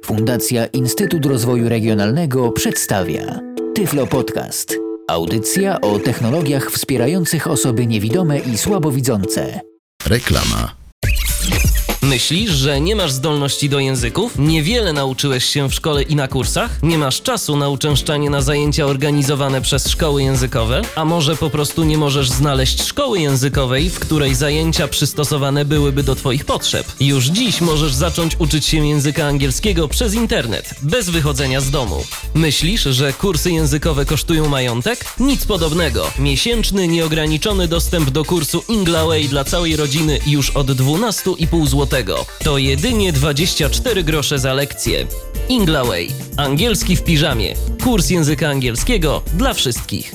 Fundacja Instytut Rozwoju Regionalnego przedstawia Tyflo Podcast. Audycja o technologiach wspierających osoby niewidome i słabowidzące. Reklama. Myślisz, że nie masz zdolności do języków? Niewiele nauczyłeś się w szkole i na kursach? Nie masz czasu na uczęszczanie na zajęcia organizowane przez szkoły językowe? A może po prostu nie możesz znaleźć szkoły językowej, w której zajęcia przystosowane byłyby do Twoich potrzeb? Już dziś możesz zacząć uczyć się języka angielskiego przez internet, bez wychodzenia z domu. Myślisz, że kursy językowe kosztują majątek? Nic podobnego. Miesięczny, nieograniczony dostęp do kursu Inglaway dla całej rodziny już od 12,5 zł. To jedynie 24 grosze za lekcję. Inglaway. Angielski w piżamie. Kurs języka angielskiego dla wszystkich.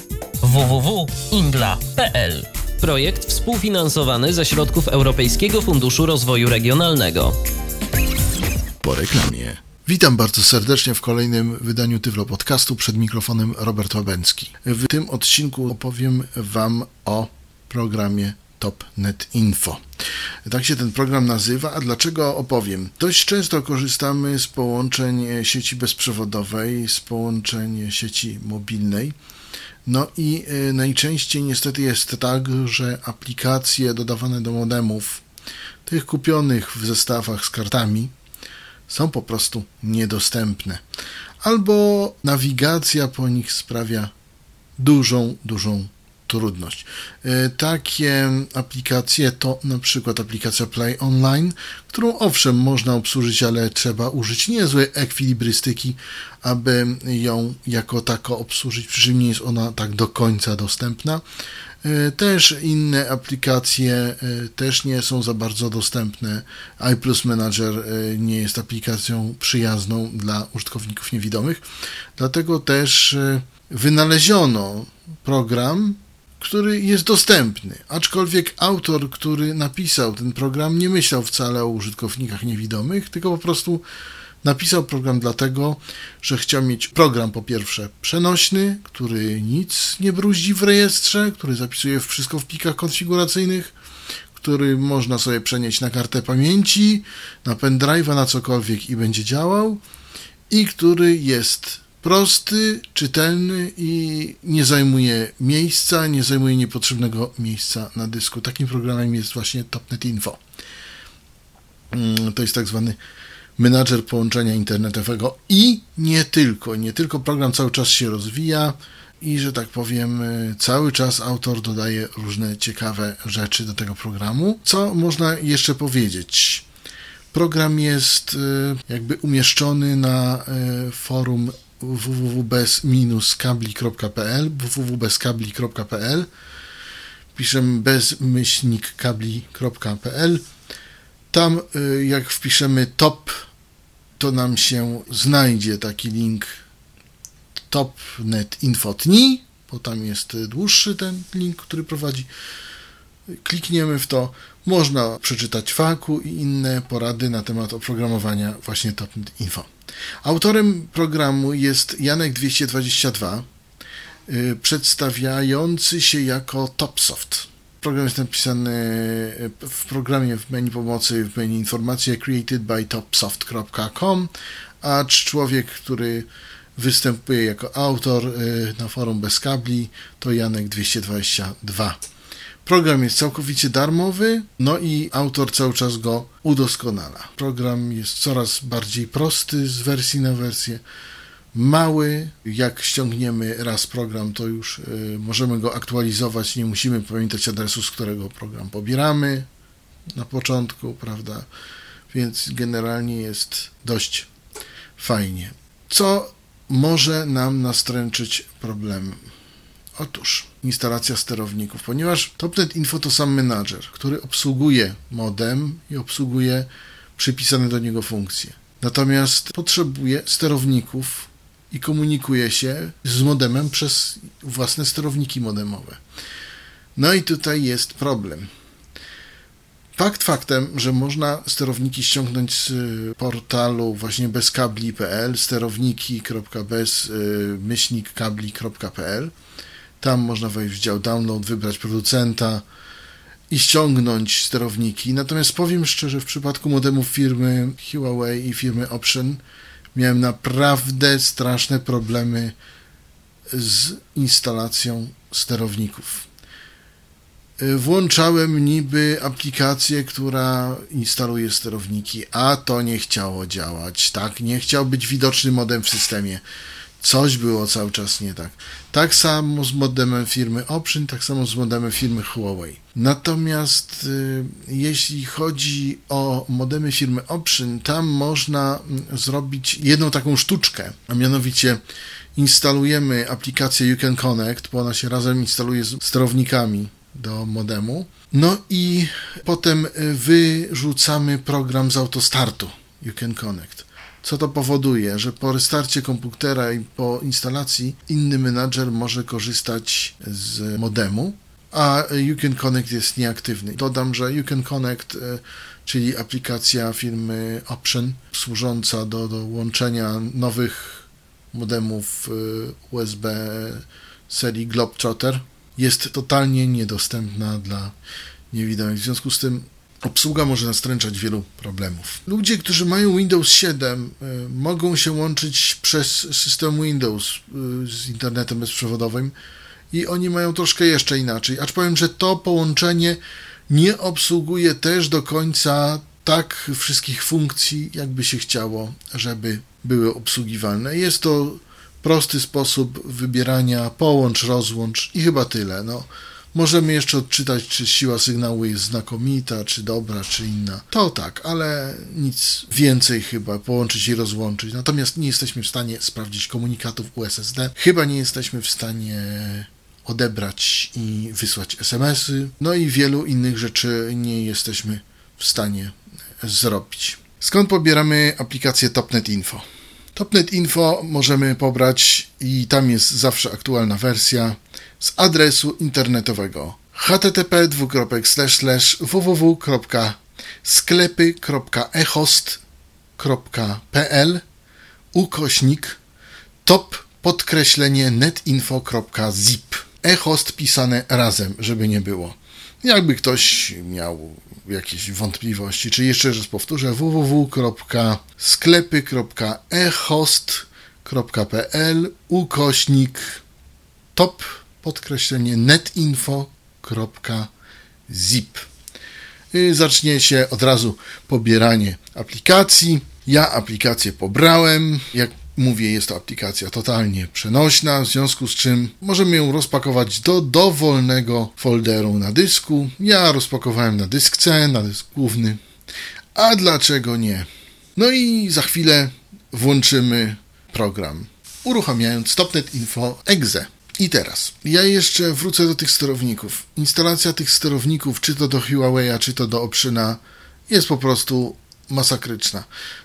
www.ingla.pl. Projekt współfinansowany ze środków Europejskiego Funduszu Rozwoju Regionalnego. Po reklamie. Witam bardzo serdecznie w kolejnym wydaniu Tyflo Podcastu. Przed mikrofonem Robert Łabęcki. W tym odcinku opowiem Wam o programie Topnet Info. Tak się ten program nazywa, a dlaczego opowiem? Dość często korzystamy z połączeń sieci bezprzewodowej, z połączeń sieci mobilnej. No i najczęściej niestety jest tak, że aplikacje dodawane do modemów, tych kupionych w zestawach z kartami, są po prostu niedostępne. Albo nawigacja po nich sprawia dużą trudność. Takie aplikacje to na przykład aplikacja Play Online, którą owszem można obsłużyć, ale trzeba użyć niezłej ekwilibrystyki, aby ją jako tako obsłużyć, przy czym nie jest ona tak do końca dostępna. Też inne aplikacje też nie są za bardzo dostępne. iPlus Manager nie jest aplikacją przyjazną dla użytkowników niewidomych, dlatego też wynaleziono program, który jest dostępny, aczkolwiek autor, który napisał ten program, nie myślał wcale o użytkownikach niewidomych, tylko po prostu napisał program dlatego, że chciał mieć program po pierwsze przenośny, który nic nie bruździ w rejestrze, który zapisuje wszystko w plikach konfiguracyjnych, który można sobie przenieść na kartę pamięci, na pendrive'a, na cokolwiek i będzie działał, i który jest prosty, czytelny i nie zajmuje miejsca, nie zajmuje niepotrzebnego miejsca na dysku. Takim programem jest właśnie Topnet Info. To jest tak zwany menadżer połączenia internetowego i nie tylko program cały czas się rozwija i, że tak powiem, cały czas autor dodaje różne ciekawe rzeczy do tego programu. Co można jeszcze powiedzieć? Program jest jakby umieszczony na forum www.bez-kabli.pl piszemy bez-kabli.pl. Tam jak wpiszemy top, to nam się znajdzie taki link Topnet Info.tni, bo tam jest dłuższy ten link, który prowadzi. Klikniemy w to, można przeczytać FAQ i inne porady na temat oprogramowania właśnie Topnet Info. Autorem programu jest Janek222, przedstawiający się jako Topsoft. Program jest napisany w programie w menu pomocy, w menu informacje created by topsoft.com, a człowiek, który występuje jako autor na forum Bez Kabli, to Janek222. Program jest całkowicie darmowy, no i autor cały czas go udoskonala. Program jest coraz bardziej prosty z wersji na wersję, mały. Jak ściągniemy raz program, to już możemy go aktualizować, nie musimy pamiętać adresu, z którego program pobieramy na początku, prawda? Więc generalnie jest dość fajnie. Co może nam nastręczyć problemem? Otóż instalacja sterowników, ponieważ Topnet Info to sam menadżer, który obsługuje modem i obsługuje przypisane do niego funkcje. Natomiast potrzebuje sterowników i komunikuje się z modemem przez własne sterowniki modemowe. No i tutaj jest problem. Fakt faktem, że można sterowniki ściągnąć z portalu właśnie bezkabli.pl, sterowniki.bez-kabli.pl. Tam można wejść w dział download, wybrać producenta i ściągnąć sterowniki. Natomiast powiem szczerze, w przypadku modemów firmy Huawei i firmy Option miałem naprawdę straszne problemy z instalacją sterowników. Włączałem niby aplikację, która instaluje sterowniki, a to nie chciało działać, tak, nie chciał być widoczny modem w systemie. Coś było cały czas nie tak. Tak samo z modemem firmy Option, tak samo z modemem firmy Huawei. Natomiast jeśli chodzi o modemy firmy Option, tam można zrobić jedną taką sztuczkę, a mianowicie instalujemy aplikację You Can Connect, bo ona się razem instaluje z sterownikami do modemu. No i potem wyrzucamy program z autostartu You Can Connect. Co to powoduje? Że po restarcie komputera i po instalacji inny menadżer może korzystać z modemu, a You Can Connect jest nieaktywny. Dodam, że You Can Connect, czyli aplikacja firmy Option, służąca do łączenia nowych modemów USB serii Globetrotter, jest totalnie niedostępna dla niewidomych. W związku z tym obsługa może nastręczać wielu problemów. Ludzie, którzy mają Windows 7, mogą się łączyć przez system Windows z internetem bezprzewodowym i oni mają troszkę jeszcze inaczej. Acz powiem, że to połączenie nie obsługuje też do końca tak wszystkich funkcji, jakby się chciało, żeby były obsługiwalne. Jest to prosty sposób wybierania połącz, rozłącz i chyba tyle. Możemy jeszcze odczytać, czy siła sygnału jest znakomita, czy dobra, czy inna. To tak, ale nic więcej chyba, połączyć i rozłączyć. Natomiast nie jesteśmy w stanie sprawdzić komunikatów USSD. Chyba nie jesteśmy w stanie odebrać i wysłać SMS-y. No i wielu innych rzeczy nie jesteśmy w stanie zrobić. Skąd pobieramy aplikację Topnet Info? Topnet Info możemy pobrać i tam jest zawsze aktualna wersja z adresu internetowego http://www.sklepy.ehost.pl /top_netinfo.zip. ehost pisane razem, żeby nie było. Jakby ktoś miał jakieś wątpliwości, czy jeszcze raz powtórzę, www.sklepy.ehost.pl /top_netinfo.zip. Zacznie się od razu pobieranie aplikacji. Ja aplikację pobrałem. Jak mówię, jest to aplikacja totalnie przenośna, w związku z czym możemy ją rozpakować do dowolnego folderu na dysku. Ja rozpakowałem na dysk C, na dysk główny. A dlaczego nie? No i za chwilę włączymy program, uruchamiając Topnet Info Exe. I teraz, ja jeszcze wrócę do tych sterowników. Instalacja tych sterowników, czy to do Huawei'a, czy to do Optiona, jest po prostu masakryczna.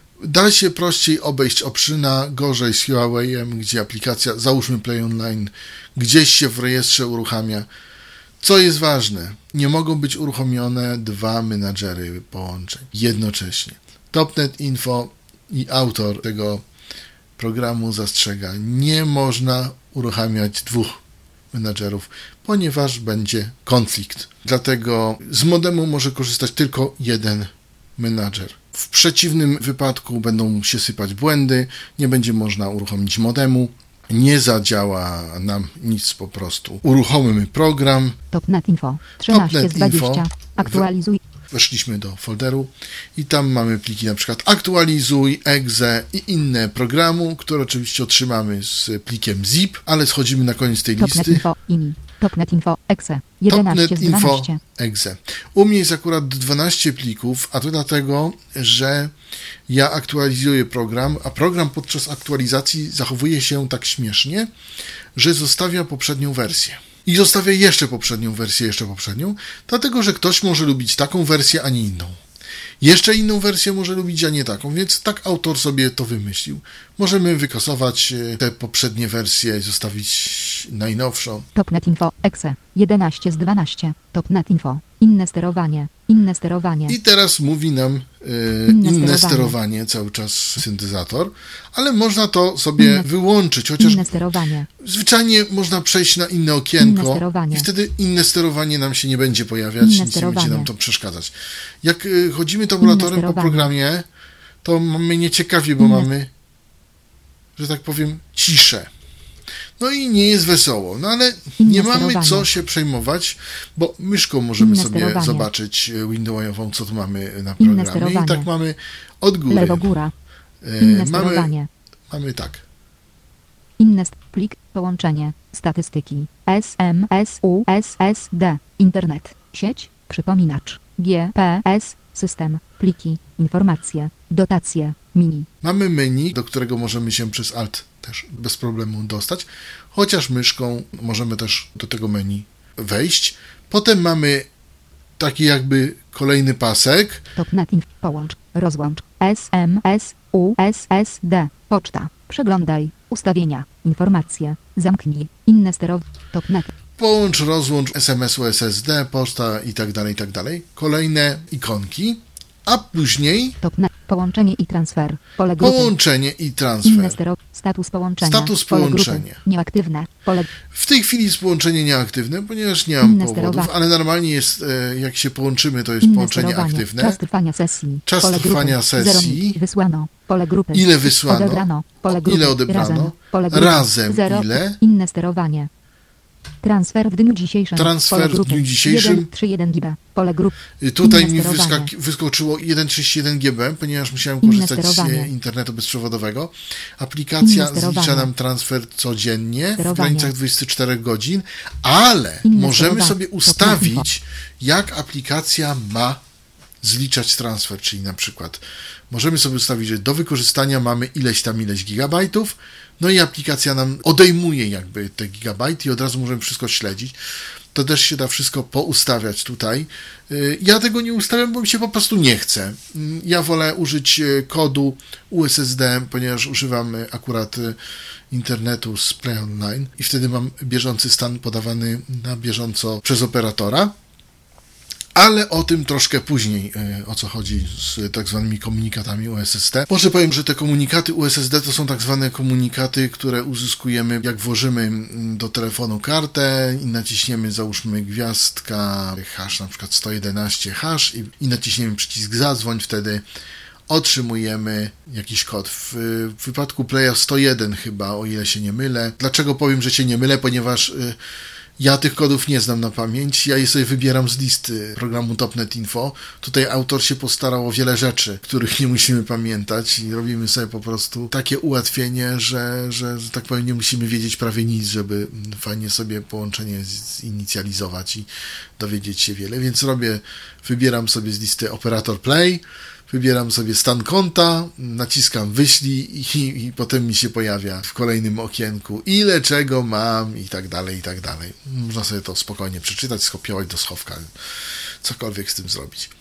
Da się prościej obejść Optiona, gorzej z Huawei'em, gdzie aplikacja, załóżmy Play Online, gdzieś się w rejestrze uruchamia. Co jest ważne, nie mogą być uruchomione dwa menadżery połączeń jednocześnie. Topnet Info i autor tego programu zastrzega, nie można uruchamiać dwóch menadżerów, ponieważ będzie konflikt. Dlatego z modemu może korzystać tylko jeden menadżer. W przeciwnym wypadku będą się sypać błędy, nie będzie można uruchomić modemu, nie zadziała nam nic po prostu. Uruchomimy program. Topnet Info 13 z 20. Aktualizuj. Weszliśmy do folderu i tam mamy pliki na przykład aktualizuj, exe i inne programu, które oczywiście otrzymamy z plikiem zip, ale schodzimy na koniec tej Topnet listy. Info INI. Topnet Info Exe 11 z 12. Info Exe. U mnie jest akurat 12 plików, a to dlatego, że ja aktualizuję program, a program podczas aktualizacji zachowuje się tak śmiesznie, że zostawia poprzednią wersję. I zostawia jeszcze poprzednią wersję, dlatego, że ktoś może lubić taką wersję, a nie inną. Jeszcze inną wersję może lubić, a nie taką, więc tak autor sobie to wymyślił. Możemy wykasować te poprzednie wersje i zostawić najnowszą. Topnet Info Exe 11 z 12. Topnet Info. Inne sterowanie. Inne sterowanie. I teraz mówi nam inne sterowanie, cały czas syntezator, ale można to sobie wyłączyć, chociaż inne sterowanie. Zwyczajnie można przejść na inne okienko i wtedy inne sterowanie nam się nie będzie pojawiać, nic nie będzie nam to przeszkadzać. Jak chodzimy tabulatorem po programie, to mamy nieciekawie, bo mamy że tak powiem, ciszę. No i nie jest wesoło. No ale Inne nie mamy sterowanie. co się przejmować, bo myszką możemy Inne sobie sterowanie. zobaczyć windowsową, co tu mamy na Inne programie. sterowanie. I tak mamy od góry. Lewo góra. Inne Mamy, sterowanie. mamy tak. Plik, połączenie, statystyki, SMS, USSD, internet, sieć, przypominacz, GPS, system, pliki, informacje, dotacje, mini. Mamy menu, do którego możemy się przez Alt też bez problemu dostać, chociaż myszką możemy też do tego menu wejść. Potem mamy taki jakby kolejny pasek. Topnet, połącz, rozłącz, SMS, USSD, poczta, przeglądaj, ustawienia, informacje, zamknij, inne Topnet, Połącz, rozłącz, SMS, USSD, poczta i tak dalej. Kolejne ikonki, a później Topnet, połączenie i transfer, pole grupy. połączenie i Inne transfer. status połączenia. Status pole połączenia. Grupy, nieaktywne. Pole W tej chwili jest połączenie nieaktywne, ponieważ nie mam Inne powodów, sterowanie. ale normalnie jest, jak się połączymy, to jest inne połączenie sterowanie. aktywne. Czas trwania sesji. Czas pole trwania grupy. sesji. 0 wysłano. Pole grupy. Ile wysłano? Odebrano. Pole grupy. Ile odebrano? Razem. Pole grupy. Razem 0. ile? Inne sterowanie. Transfer w dniu dzisiejszym. Transfer Pole w grupy. dniu dzisiejszym. 131 GB. Pole grupy. Tutaj Inne mi sterowanie. wyskoczyło 1.31 GB, ponieważ musiałem Inne korzystać z sterowanie. internetu bezprzewodowego. Aplikacja Inne sterowanie. zlicza nam transfer codziennie w Sterowanie. granicach 24 godzin, ale Inne możemy sterowanie. sobie ustawić, jak aplikacja ma zliczać transfer, czyli na przykład możemy sobie ustawić, że do wykorzystania mamy ileś gigabajtów, no i aplikacja nam odejmuje jakby te gigabajty i od razu możemy wszystko śledzić. To też się da wszystko poustawiać tutaj. Ja tego nie ustawiam, bo mi się po prostu nie chce. Ja wolę użyć kodu USSD, ponieważ używam akurat internetu z Play Online i wtedy mam bieżący stan podawany na bieżąco przez operatora. Ale o tym troszkę później, o co chodzi z tak zwanymi komunikatami USSD. Może powiem, że te komunikaty USSD to są tak zwane komunikaty, które uzyskujemy, jak włożymy do telefonu kartę i naciśniemy, załóżmy gwiazdka, hash, na przykład 111 hash i naciśniemy przycisk zadzwoń, wtedy otrzymujemy jakiś kod. W wypadku Playa 101 chyba, o ile się nie mylę. Dlaczego powiem, że się nie mylę? Ponieważ ja tych kodów nie znam na pamięć, ja je sobie wybieram z listy programu Topnet Info. Tutaj autor się postarał o wiele rzeczy, których nie musimy pamiętać i robimy sobie po prostu takie ułatwienie, że tak powiem nie musimy wiedzieć prawie nic, żeby fajnie sobie połączenie zinicjalizować i dowiedzieć się wiele, więc wybieram sobie z listy operator Play, wybieram sobie stan konta, naciskam wyślij i potem mi się pojawia w kolejnym okienku ile czego mam i tak dalej, i tak dalej. Można sobie to spokojnie przeczytać, skopiować do schowka, cokolwiek z tym zrobić.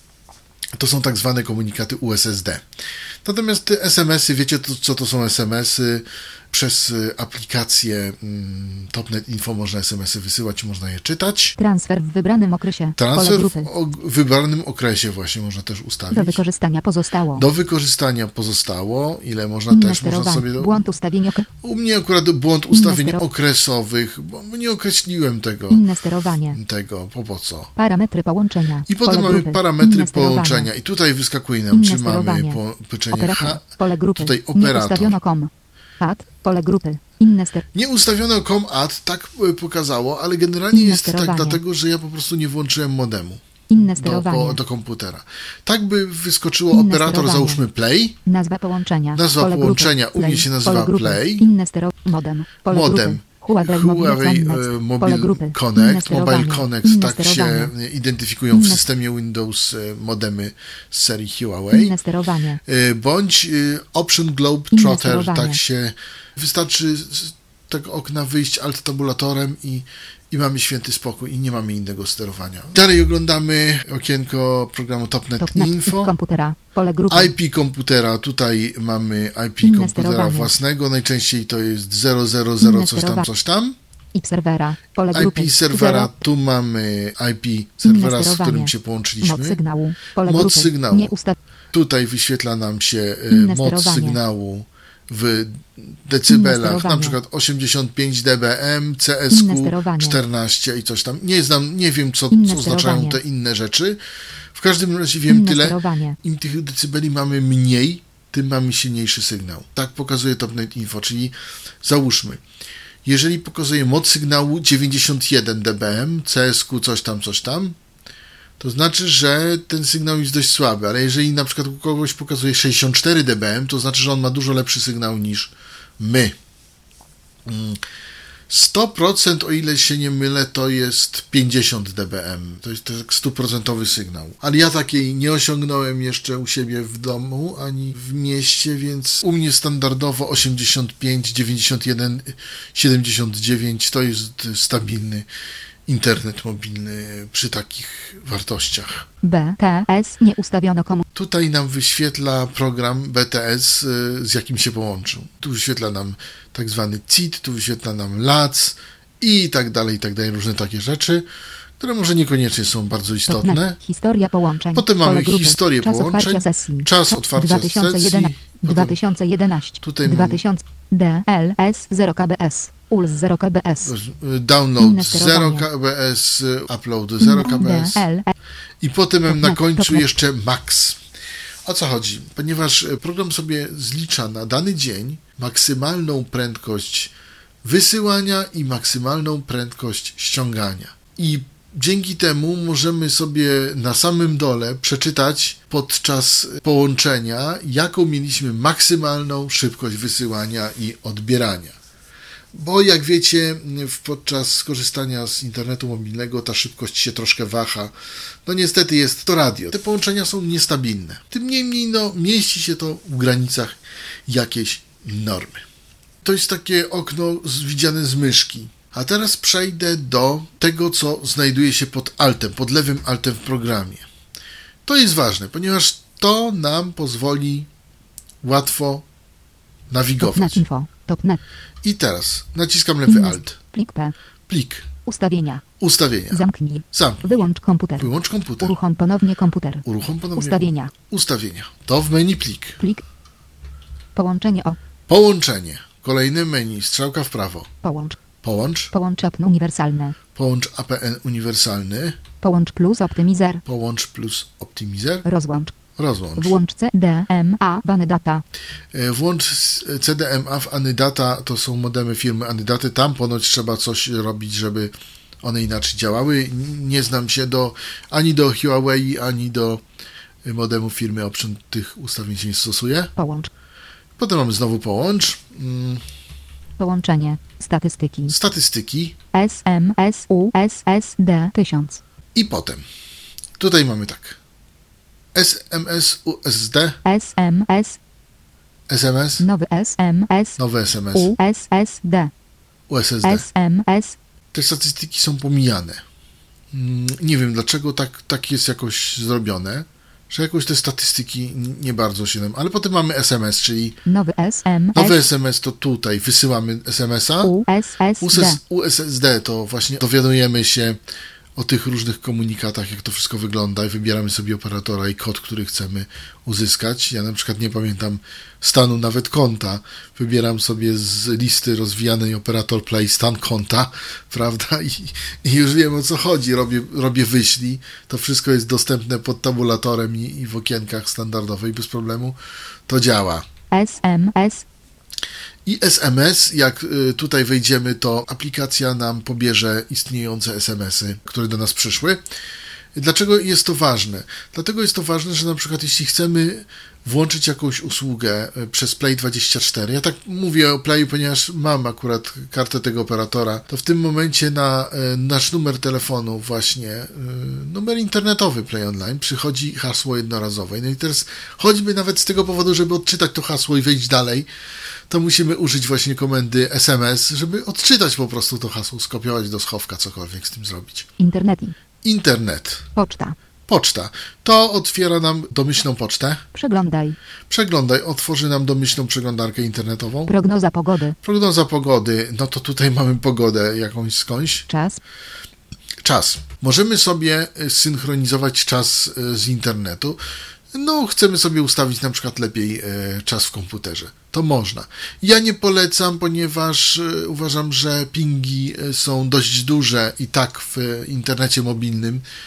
To są tak zwane komunikaty USSD. Natomiast te SMS-y, wiecie co to są SMS-y? Przez aplikację Topnet Info można SMS-y wysyłać, można je czytać. Transfer w wybranym okresie. Pole Transfer grupy. w wybranym okresie właśnie można też ustawić. Do wykorzystania pozostało. Do wykorzystania pozostało, ile można Inne też, można sterowanie. sobie... Błąd ustawień U mnie akurat błąd ustawień stero- okresowych, bo nie określiłem Inne sterowanie. tego, po co. Parametry połączenia. I potem Pole mamy grupy. parametry Inne sterowanie. połączenia i tutaj wyskakuje nam, Inne czy mamy sterowanie. połączenie Operator. Pole grupy. tutaj Nie operator. ustawiono kom. Pad. Pole grupy. Inne Nie ustawiono com.add, tak pokazało, ale generalnie Inne jest tak sterowanie. dlatego, że ja po prostu nie włączyłem modemu Inne sterowanie. do komputera. Tak by wyskoczyło Inne operator, sterowanie. załóżmy play, Nazwa połączenia. Nazwa Pole połączenia grupy. u mnie Play. się nazywa Pole grupy. Play. Inne modem. Pole modem. grupy. Huawei Huawei Mobile Mobile grupy. Connect, Inne sterowanie. Mobile Connect, Inne tak się sterowanie. identyfikują w Inne- systemie Windows modemy z serii Huawei. Inne sterowanie. Bądź Option Globe Inne Trotter, sterowanie. tak się wystarczy z tego okna wyjść alt tabulatorem i mamy święty spokój i nie mamy innego sterowania. Dalej oglądamy okienko programu Topnet Topnet Info. komputera. Pole grupy. IP komputera, tutaj mamy IP Inne komputera sterowanie. własnego, najczęściej to jest 000 Inne coś tam. IP serwera. Pole grupy. IP serwera, 0. tu mamy IP serwera, z sterowanie. którym się połączyliśmy. Moc sygnału. Pole Moc grupy. sygnału. Nie Tutaj wyświetla nam się Inne moc sterowanie. sygnału w Inne decybelach, sterowanie. na przykład 85 dBm, Inne CSQ sterowanie. 14 i coś tam. Nie wiem, co Inne oznaczają sterowanie. te inne rzeczy. W każdym razie wiem Inne tyle. sterowanie. Im tych decybeli mamy mniej, tym mamy silniejszy sygnał. Tak pokazuje Topnet Info, czyli załóżmy, jeżeli pokazuje moc sygnału 91 dBm, CSQ coś tam, to znaczy, że ten sygnał jest dość słaby, ale jeżeli na przykład u kogoś pokazuje 64 dBm, to znaczy, że on ma dużo lepszy sygnał niż my. 100%, o ile się nie mylę, to jest 50 dBm. To jest tak 100% sygnał. Ale ja takiej nie osiągnąłem jeszcze u siebie w domu, ani w mieście, więc u mnie standardowo 85, 91, 79 to jest stabilny internet mobilny przy takich wartościach. BTS nie ustawiono komu. Tutaj nam wyświetla program BTS, z jakim się połączył. Tu wyświetla nam tak zwany CIT, tu wyświetla nam LAC i tak dalej, różne takie rzeczy, które może niekoniecznie są bardzo istotne. Topnet. Historia połączeń. Potem mamy Pole grupy. historię Czas połączeń, otwarcia sesji. czas otwarcia 2011, sesji. 2011, Tutaj 2000, DLS 0 KBS, ULS 0 KBS, Download Inne 0 sterowanie. KBS, upload 0 KBS i potem mam na końcu jeszcze max. O co chodzi? Ponieważ program sobie zlicza na dany dzień maksymalną prędkość wysyłania i maksymalną prędkość ściągania. I dzięki temu możemy sobie na samym dole przeczytać podczas połączenia, jaką mieliśmy maksymalną szybkość wysyłania i odbierania. Bo jak wiecie, podczas skorzystania z internetu mobilnego ta szybkość się troszkę waha. No niestety jest to radio. Te połączenia są niestabilne. Tym niemniej mieści się to w granicach jakiejś normy. To jest takie okno widziane z myszki. A teraz przejdę do tego, co znajduje się pod altem, pod lewym altem w programie. To jest ważne, ponieważ to nam pozwoli łatwo nawigować. Topnet Info, Topnet, I teraz naciskam lewy alt. plik P, Plik. ustawienia, Ustawienia. zamknij, Zamknij. wyłącz komputer, Wyłącz komputer. uruchom ponownie komputer, Uruchom ponownie. ustawienia, Ustawienia. To w menu plik. plik, połączenie o, Połączenie. Kolejne menu. Strzałka w prawo. połącz, Połącz. APN uniwersalne, Połącz APN uniwersalny. połącz plus optymizer, Połącz plus optimizer. rozłącz, Rozłącz. włącz CDMA bany data, Włącz CDMA w Anydata. To są modemy firmy Anydaty. Tam ponoć trzeba coś robić, żeby one inaczej działały. Nie znam się ani do Huawei, ani do modemu firmy Option. Tych ustawień się nie stosuje. połącz, Potem mamy znowu połącz. połączenie, statystyki, Statystyki. SMS USSD 1000, I potem. Tutaj mamy tak. SMS, USD, SMS, nowy SMS, nowe SMS, USSD, USSD. SMS, Te statystyki są pomijane. Nie wiem dlaczego tak jest jakoś zrobione, że jakoś te statystyki nie bardzo się nam... Ale potem mamy SMS, czyli nowy SMS, nowy SMS to tutaj wysyłamy SMS-a. USSD, USSD to właśnie dowiadujemy się o tych różnych komunikatach, jak to wszystko wygląda i wybieramy sobie operatora i kod, który chcemy uzyskać. Ja na przykład nie pamiętam stanu nawet konta. Wybieram sobie z listy rozwijanej operator play stan konta, prawda? I już wiem, o co chodzi. Robię wyślij. To wszystko jest dostępne pod tabulatorem i w okienkach standardowej bez problemu. To działa. SMS, I SMS, jak tutaj wejdziemy, to aplikacja nam pobierze istniejące SMS-y, które do nas przyszły. Dlaczego jest to ważne? Dlatego jest to ważne, że na przykład jeśli chcemy włączyć jakąś usługę przez Play24, ja tak mówię o Playu, ponieważ mam akurat kartę tego operatora, to w tym momencie na nasz numer telefonu właśnie, numer internetowy Play Online, przychodzi hasło jednorazowe. No i teraz choćby nawet z tego powodu, żeby odczytać to hasło i wejść dalej, to musimy użyć właśnie komendy SMS, żeby odczytać po prostu to hasło, skopiować do schowka, cokolwiek z tym zrobić. Internet. Poczta. To otwiera nam domyślną pocztę. Przeglądaj. Otworzy nam domyślną przeglądarkę internetową. Prognoza pogody. No to tutaj mamy pogodę jakąś skądś. Czas. Możemy sobie synchronizować czas z internetu. No, chcemy sobie ustawić na przykład lepiej czas w komputerze. To można. Ja nie polecam, ponieważ uważam, że pingi są dość duże i tak w internecie mobilnym,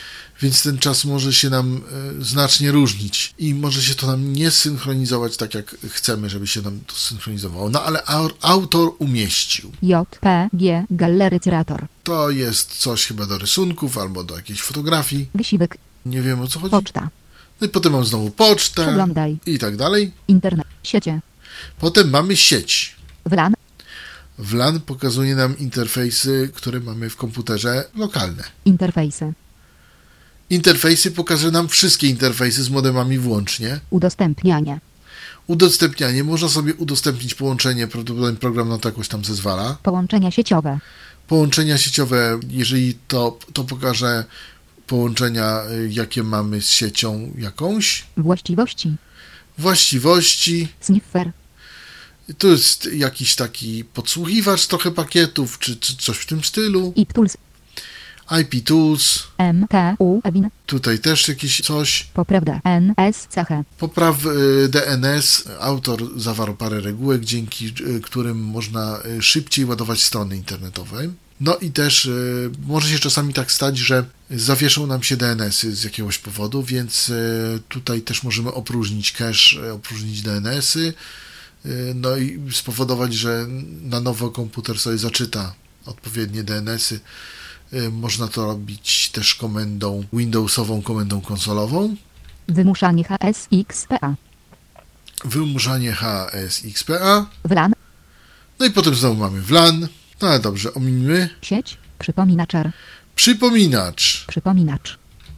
więc ten czas może się nam znacznie różnić i może się to nam nie synchronizować tak, jak chcemy, żeby się nam to synchronizowało. No ale autor umieścił. JPG Gallerycerator. To jest coś chyba do rysunków albo do jakiejś fotografii. Gsiwek. Nie wiem, o co chodzi. Poczta. No i potem mam znowu pocztę Przeglądaj. i tak dalej. Internet. Siecie. Potem mamy sieć. WLAN. WLAN pokazuje nam interfejsy, które mamy w komputerze lokalne. Interfejsy. Interfejsy pokaże nam wszystkie interfejsy z modemami włącznie. Udostępnianie. Udostępnianie. Można sobie udostępnić połączenie, prawdopodobnie program na to jakoś tam zezwala. Połączenia sieciowe. Połączenia sieciowe, jeżeli to pokaże połączenia, jakie mamy z siecią jakąś. Właściwości. Właściwości. Sniffer. Tu jest jakiś taki podsłuchiwacz, trochę pakietów, czy coś w tym stylu. IPTools. IP Tools. MTU. Ewin. Tutaj też jakieś coś. Poprawda. NS. Cechę. Popraw DNS. Autor zawarł parę regułek, dzięki którym można szybciej ładować strony internetowe. No i też może się czasami tak stać, że zawieszą nam się DNS-y z jakiegoś powodu, więc tutaj też możemy opróżnić cache, opróżnić DNS-y, no i spowodować, że na nowo komputer sobie zaczyta odpowiednie DNS-y. Można to robić też komendą Windowsową, komendą konsolową. Wymuszanie HSXPA. Wymuszanie HSXPA. WLAN. No i potem znowu mamy WLAN. No ale dobrze, ominimy. Sieć. Przypominaczer. Przypominacz. Przypominacz.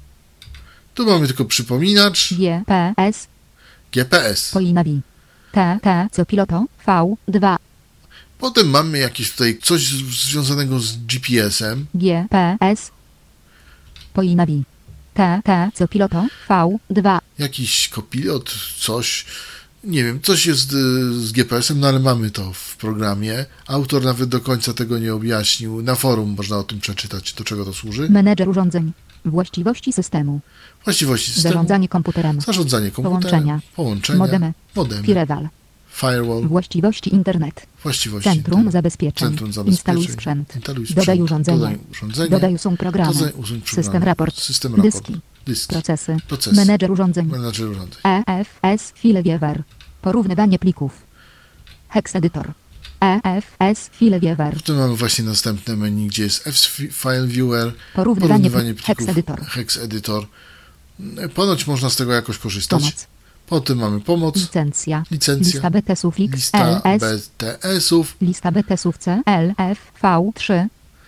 Tu mamy tylko przypominacz. GPS. GPS. Poinawi. TT. Co piloto. V2. Potem mamy jakieś tutaj coś związanego z GPS-em. GPS. Poinawi. TT. Co piloto. V2. Jakiś kopilot, coś. Nie wiem, coś jest z GPS-em, no ale mamy to w programie. Autor nawet do końca tego nie objaśnił. Na forum można o tym przeczytać, do czego to służy. Menedżer urządzeń. Właściwości systemu. Właściwości systemu. Zarządzanie komputerem. Zarządzanie komputerem. Połączenia. Modemy. Firewall. Firewall. Właściwości internet. Właściwości Centrum internet. zabezpieczeń. Centrum zabezpieczeń. Instaluj sprzęt. Instaluj sprzęt. Dodaj urządzenie. Dodaj urządzenie. Dodaj usuń programy. Dodaj usuń programy. System raport. System raport. Dyski. Dyski. Procesy. Procesy. Menedżer urządzeń. Menedżer urządzeń. EFS File Viewer. Porównywanie plików. Hexedytor. EFS File Viewer. Tu mamy właśnie następne menu, gdzie jest File Viewer. Porównywanie plików. Hexedytor. Hexedytor. Ponoć można z tego jakoś korzystać. Pomoc. Potem mamy pomoc. Licencja. Licencja. Lista BTS-ów X, Lista LS. BTS-ów. Lista BTS-ów C, LF, V3.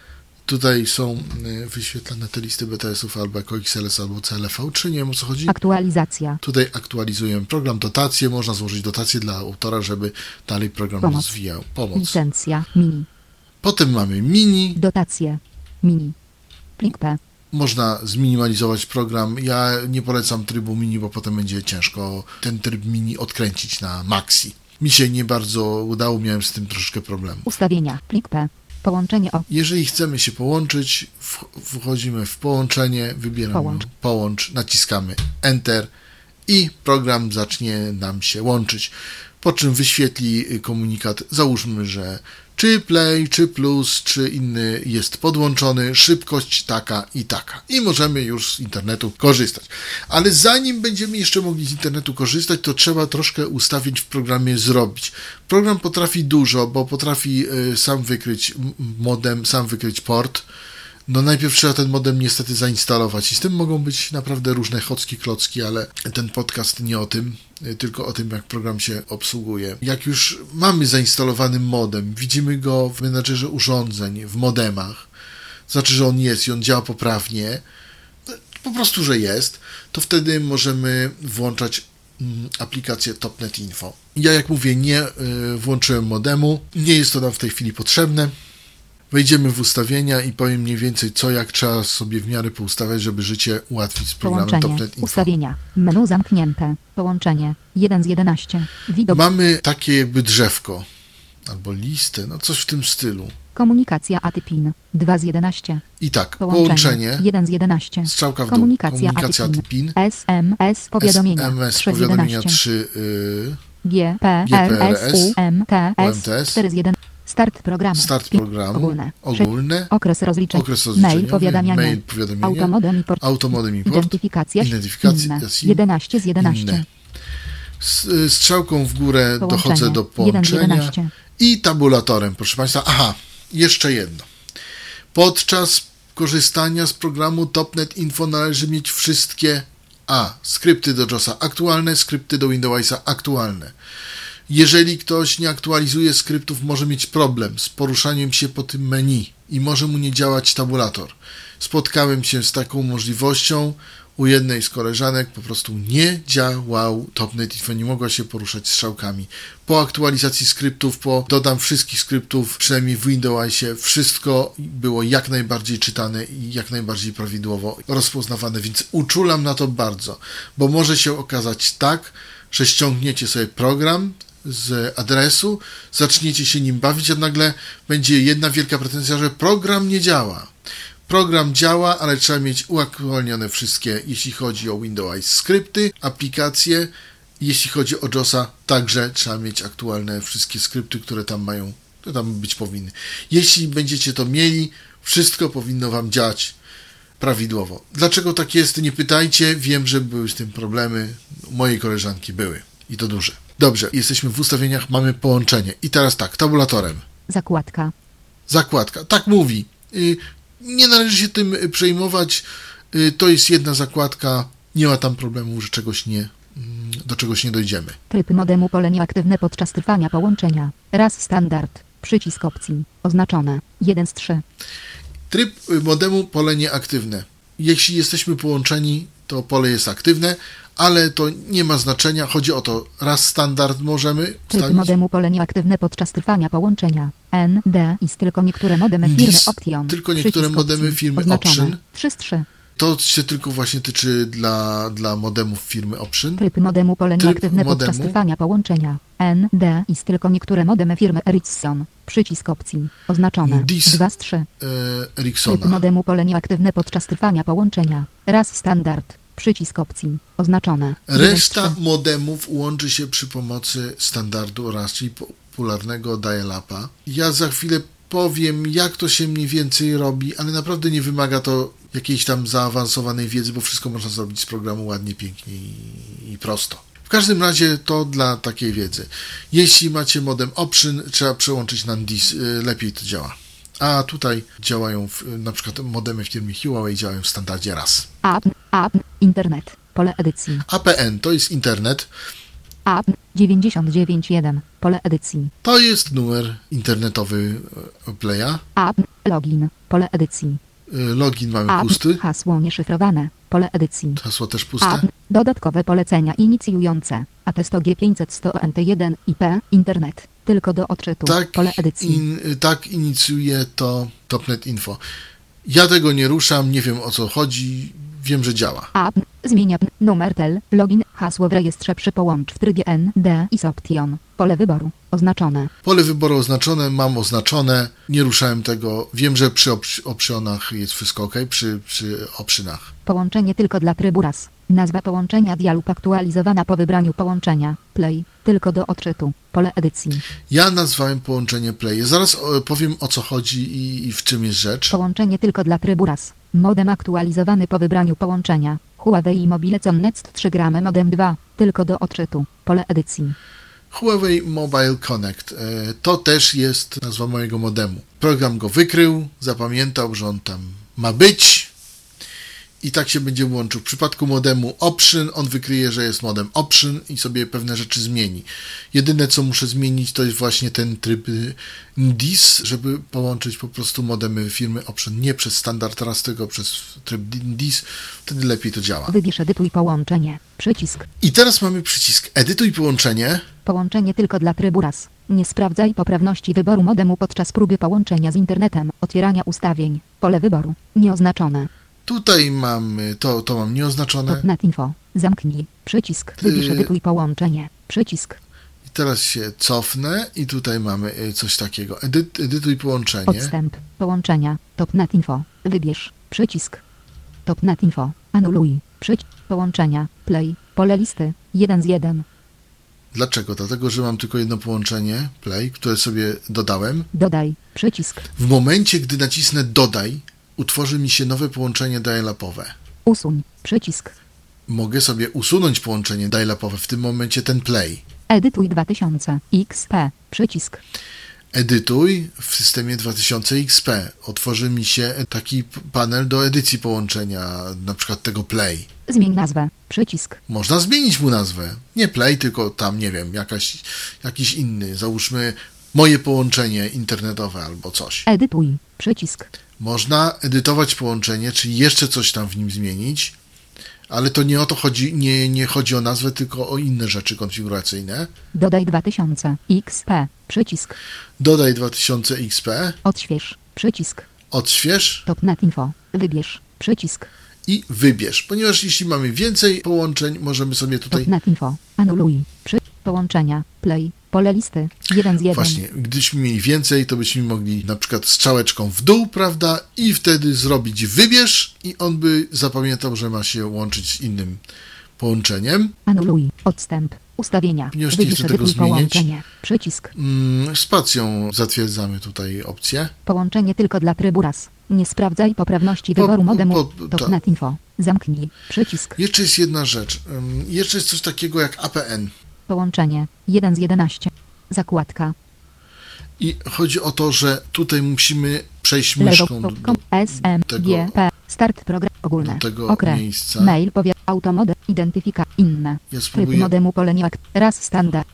Tutaj są wyświetlane te listy BTS-ów albo jako XLS, albo CLV3, nie wiem o co chodzi. Aktualizacja. Tutaj aktualizujemy program, dotacje, można złożyć dotacje dla autora, żeby dalej program rozwijał. Pomoc. Licencja. Mini. Potem mamy mini. Dotacje. Mini. Plik P. Można zminimalizować program. Ja nie polecam trybu mini, bo potem będzie ciężko ten tryb mini odkręcić na maxi. Mi się nie bardzo udało, miałem z tym troszeczkę problemu. Ustawienia. Plik P. Połączenie o. Jeżeli chcemy się połączyć, wchodzimy w połączenie, wybieramy połącz, naciskamy Enter i program zacznie nam się łączyć. Po czym wyświetli komunikat, załóżmy, że czy play, czy plus, czy inny jest podłączony, szybkość taka i taka. I możemy już z internetu korzystać. Ale zanim będziemy jeszcze mogli z internetu korzystać, to trzeba troszkę ustawień w programie zrobić. Program potrafi dużo, bo potrafi sam wykryć modem, sam wykryć port. No najpierw trzeba ten modem niestety zainstalować i z tym mogą być naprawdę różne chocki, klocki, ale ten podcast nie o tym, tylko o tym, jak program się obsługuje. Jak już mamy zainstalowany modem, widzimy go w menadżerze urządzeń, w modemach, znaczy, że on jest i on działa poprawnie, po prostu, że jest, to wtedy możemy włączać aplikację Topnet Info. Ja, jak mówię, nie włączyłem modemu, nie jest to nam w tej chwili potrzebne. Wejdziemy w ustawienia i powiem mniej więcej co, jak trzeba sobie w miarę poustawiać, żeby życie ułatwić z programem Połączenie. Topnet Info. Ustawienia. Menu zamknięte. Połączenie. 1 z 11. Widok. Mamy takie jakby drzewko albo listę, no coś w tym stylu. Komunikacja ATPIN. 2 z 11. I tak, połączenie. 1 z 11. Strzałka w dół. Komunikacja ATPIN. SMS powiadomienia. SMS 3 z powiadomienia 11. 3. GPRS UMTS 4 z 1. Start programu. Start programu. Ogólne. Okres rozliczeń. Mail powiadamiania. Automodem i port. Identyfikacja. Inne. 11 z 11. Inne. Strzałką w górę dochodzę do połączenia. I tabulatorem, proszę Państwa. Aha, jeszcze jedno. Podczas korzystania z programu Topnet Info należy mieć wszystkie skrypty do JOSa aktualne, skrypty do Windowsa aktualne. Jeżeli ktoś nie aktualizuje skryptów, może mieć problem z poruszaniem się po tym menu i może mu nie działać tabulator. Spotkałem się z taką możliwością. U jednej z koleżanek po prostu nie działał Topnet Info, nie mogła się poruszać strzałkami. Po aktualizacji skryptów, po dodam wszystkich skryptów, przynajmniej w Windowsie, wszystko było jak najbardziej czytane i jak najbardziej prawidłowo rozpoznawane, więc uczulam na to bardzo, bo może się okazać tak, że ściągniecie sobie program z adresu, zaczniecie się nim bawić, a nagle będzie jedna wielka pretensja, że program nie działa. Program działa, ale trzeba mieć uaktualnione wszystkie, jeśli chodzi o Windows skrypty, aplikacje. Jeśli chodzi o JOSa, także trzeba mieć aktualne wszystkie skrypty, które tam być powinny. Jeśli będziecie to mieli, wszystko powinno Wam działać prawidłowo. Dlaczego tak jest, nie pytajcie. Wiem, że były z tym problemy. Mojej koleżanki były. I to duże. Dobrze, jesteśmy w ustawieniach, mamy połączenie. I teraz tak, tabulatorem. Zakładka. Tak mówi. Nie należy się tym przejmować. To jest jedna zakładka. Nie ma tam problemu, że do czegoś nie dojdziemy. Tryb modemu pole nieaktywne podczas trwania połączenia. Raz standard. Przycisk opcji. Oznaczone. 1 z 3. Tryb modemu pole nieaktywne. Jeśli jesteśmy połączeni, to pole jest aktywne, ale to nie ma znaczenia. Chodzi o to, raz standard możemy Tryb modemu pole nieaktywne podczas trwania połączenia. ND jest tylko niektóre modemy firmy Option. Tylko niektóre modemy firmy Option. 3 z 3. To się tylko właśnie tyczy dla modemów firmy Option. Tryb modemu pole nieaktywne podczas trwania połączenia. ND jest tylko niektóre modemy firmy Ericsson. Przycisk opcji. Oznaczone. 2 z 3. Ericssona. Tryb modemu pole nieaktywne podczas trwania połączenia. Raz standard. Przycisk opcji. Oznaczone. Reszta modemów łączy się przy pomocy standardu oraz czyli popularnego dial-upa. Ja za chwilę powiem, jak to się mniej więcej robi, ale naprawdę nie wymaga to jakiejś tam zaawansowanej wiedzy, bo wszystko można zrobić z programu ładnie, pięknie i prosto. W każdym razie to dla takiej wiedzy. Jeśli macie modem Option, trzeba przełączyć na NDIS, lepiej to działa. A tutaj działają, na przykład modemy w firmie Huawei działają w standardzie raz. Internet. Pole edycji. APN to jest internet. 99.1. Pole edycji. To jest numer internetowy Playa. Login. Pole edycji. Login mamy pusty. Hasło nieszyfrowane. Pole edycji. Hasło też puste. Dodatkowe polecenia inicjujące. ATESTO G500-100NT1 IP. Internet. Tylko do odczytu. Pole edycji. Tak inicjuje to Topnet Info. Ja tego nie ruszam, nie wiem o co chodzi. Wiem, że działa. Zmienia numer tel, login, hasło w rejestrze przy połącz w trybie ND i Option. Pole wyboru. Oznaczone. Pole wyboru oznaczone, mam oznaczone. Nie ruszałem tego. Wiem, że przy optionach jest wszystko ok, przy optionach. Połączenie tylko dla trybu raz. Nazwa połączenia dialog aktualizowana po wybraniu połączenia. Play. Tylko do odczytu. Pole edycji. Ja nazwałem połączenie Play. Zaraz powiem o co chodzi i w czym jest rzecz. Połączenie tylko dla trybu raz. Modem aktualizowany po wybraniu połączenia. Huawei Mobile Connect 3 gramy modem 2. Tylko do odczytu. Pole edycji. Huawei Mobile Connect. To też jest nazwa mojego modemu. Program go wykrył, zapamiętał, że on tam ma być i tak się będzie łączył. W przypadku modemu Option on wykryje, że jest modem Option i sobie pewne rzeczy zmieni. Jedyne co muszę zmienić to jest właśnie ten tryb NDIS, żeby połączyć po prostu modemy firmy Option nie przez standard raz, tylko przez tryb NDIS. Wtedy lepiej to działa. Wybierz edytuj połączenie. Przycisk. I teraz mamy przycisk edytuj połączenie. Połączenie tylko dla trybu raz. Nie sprawdzaj poprawności wyboru modemu podczas próby połączenia z internetem. Otwierania ustawień. Pole wyboru. Nieoznaczone. Tutaj mamy, to mam nieoznaczone. Topnet Info. Zamknij. Przycisk. Wybierz edytuj połączenie. Przycisk. I teraz się cofnę i tutaj mamy coś takiego. Edytuj połączenie. Odstęp. Połączenia. Topnet Info. Wybierz. Przycisk. Topnet Info. Anuluj. Przycisk. Połączenia. Play. Pole listy. 1 z 1. Dlaczego? Dlatego, że mam tylko jedno połączenie, play, które sobie dodałem. Dodaj. Przycisk. W momencie, gdy nacisnę dodaj, utworzy mi się nowe połączenie dial-upowe. Usuń. Przycisk. Mogę sobie usunąć połączenie dial-upowe, w tym momencie ten play. Edytuj 2000. XP. Przycisk. Edytuj w systemie 2000 XP. Otworzy mi się taki panel do edycji połączenia, na przykład tego play. Zmień nazwę. Przycisk. Można zmienić mu nazwę. Nie play, tylko tam, nie wiem, jakiś inny. Załóżmy moje połączenie internetowe albo coś. Edytuj. Przycisk. Można edytować połączenie, czyli jeszcze coś tam w nim zmienić, ale to nie o to chodzi, nie chodzi o nazwę, tylko o inne rzeczy konfiguracyjne. Dodaj 2000. XP. Przycisk. Dodaj 2000 XP, Odśwież. Przycisk. odśwież Topnet info. Wybierz. Przycisk. i wybierz. Ponieważ jeśli mamy więcej połączeń, możemy sobie tutaj... Topnet info. Anuluj. Połączenia. Play. Pole listy. 1 z 1. Właśnie, gdybyśmy mieli więcej, to byśmy mogli na przykład strzałeczką w dół, prawda? I wtedy zrobić wybierz i on by zapamiętał, że ma się łączyć z innym połączeniem. Anuluj. Odstęp. Ustawienia. Ponieważ nie Wybierz chcę tego edytuj zmienić. połączenie. Przycisk. Spacją zatwierdzamy tutaj opcję. Połączenie tylko dla trybu raz. Nie sprawdzaj poprawności wyboru modemu. Topnet info. Zamknij. Przycisk. Jeszcze jest jedna rzecz. Jeszcze jest coś takiego jak APN. Połączenie. 1 z 11. Zakładka. I chodzi o to, że tutaj musimy przejść myszką Lewo. do SMGP. Start program ogólny. do tego Okres. miejsca. Mail powiat. Automode. Identyfika. Inne. Ja Tryb spróbuję. modemu pole nie akt. Raz standard.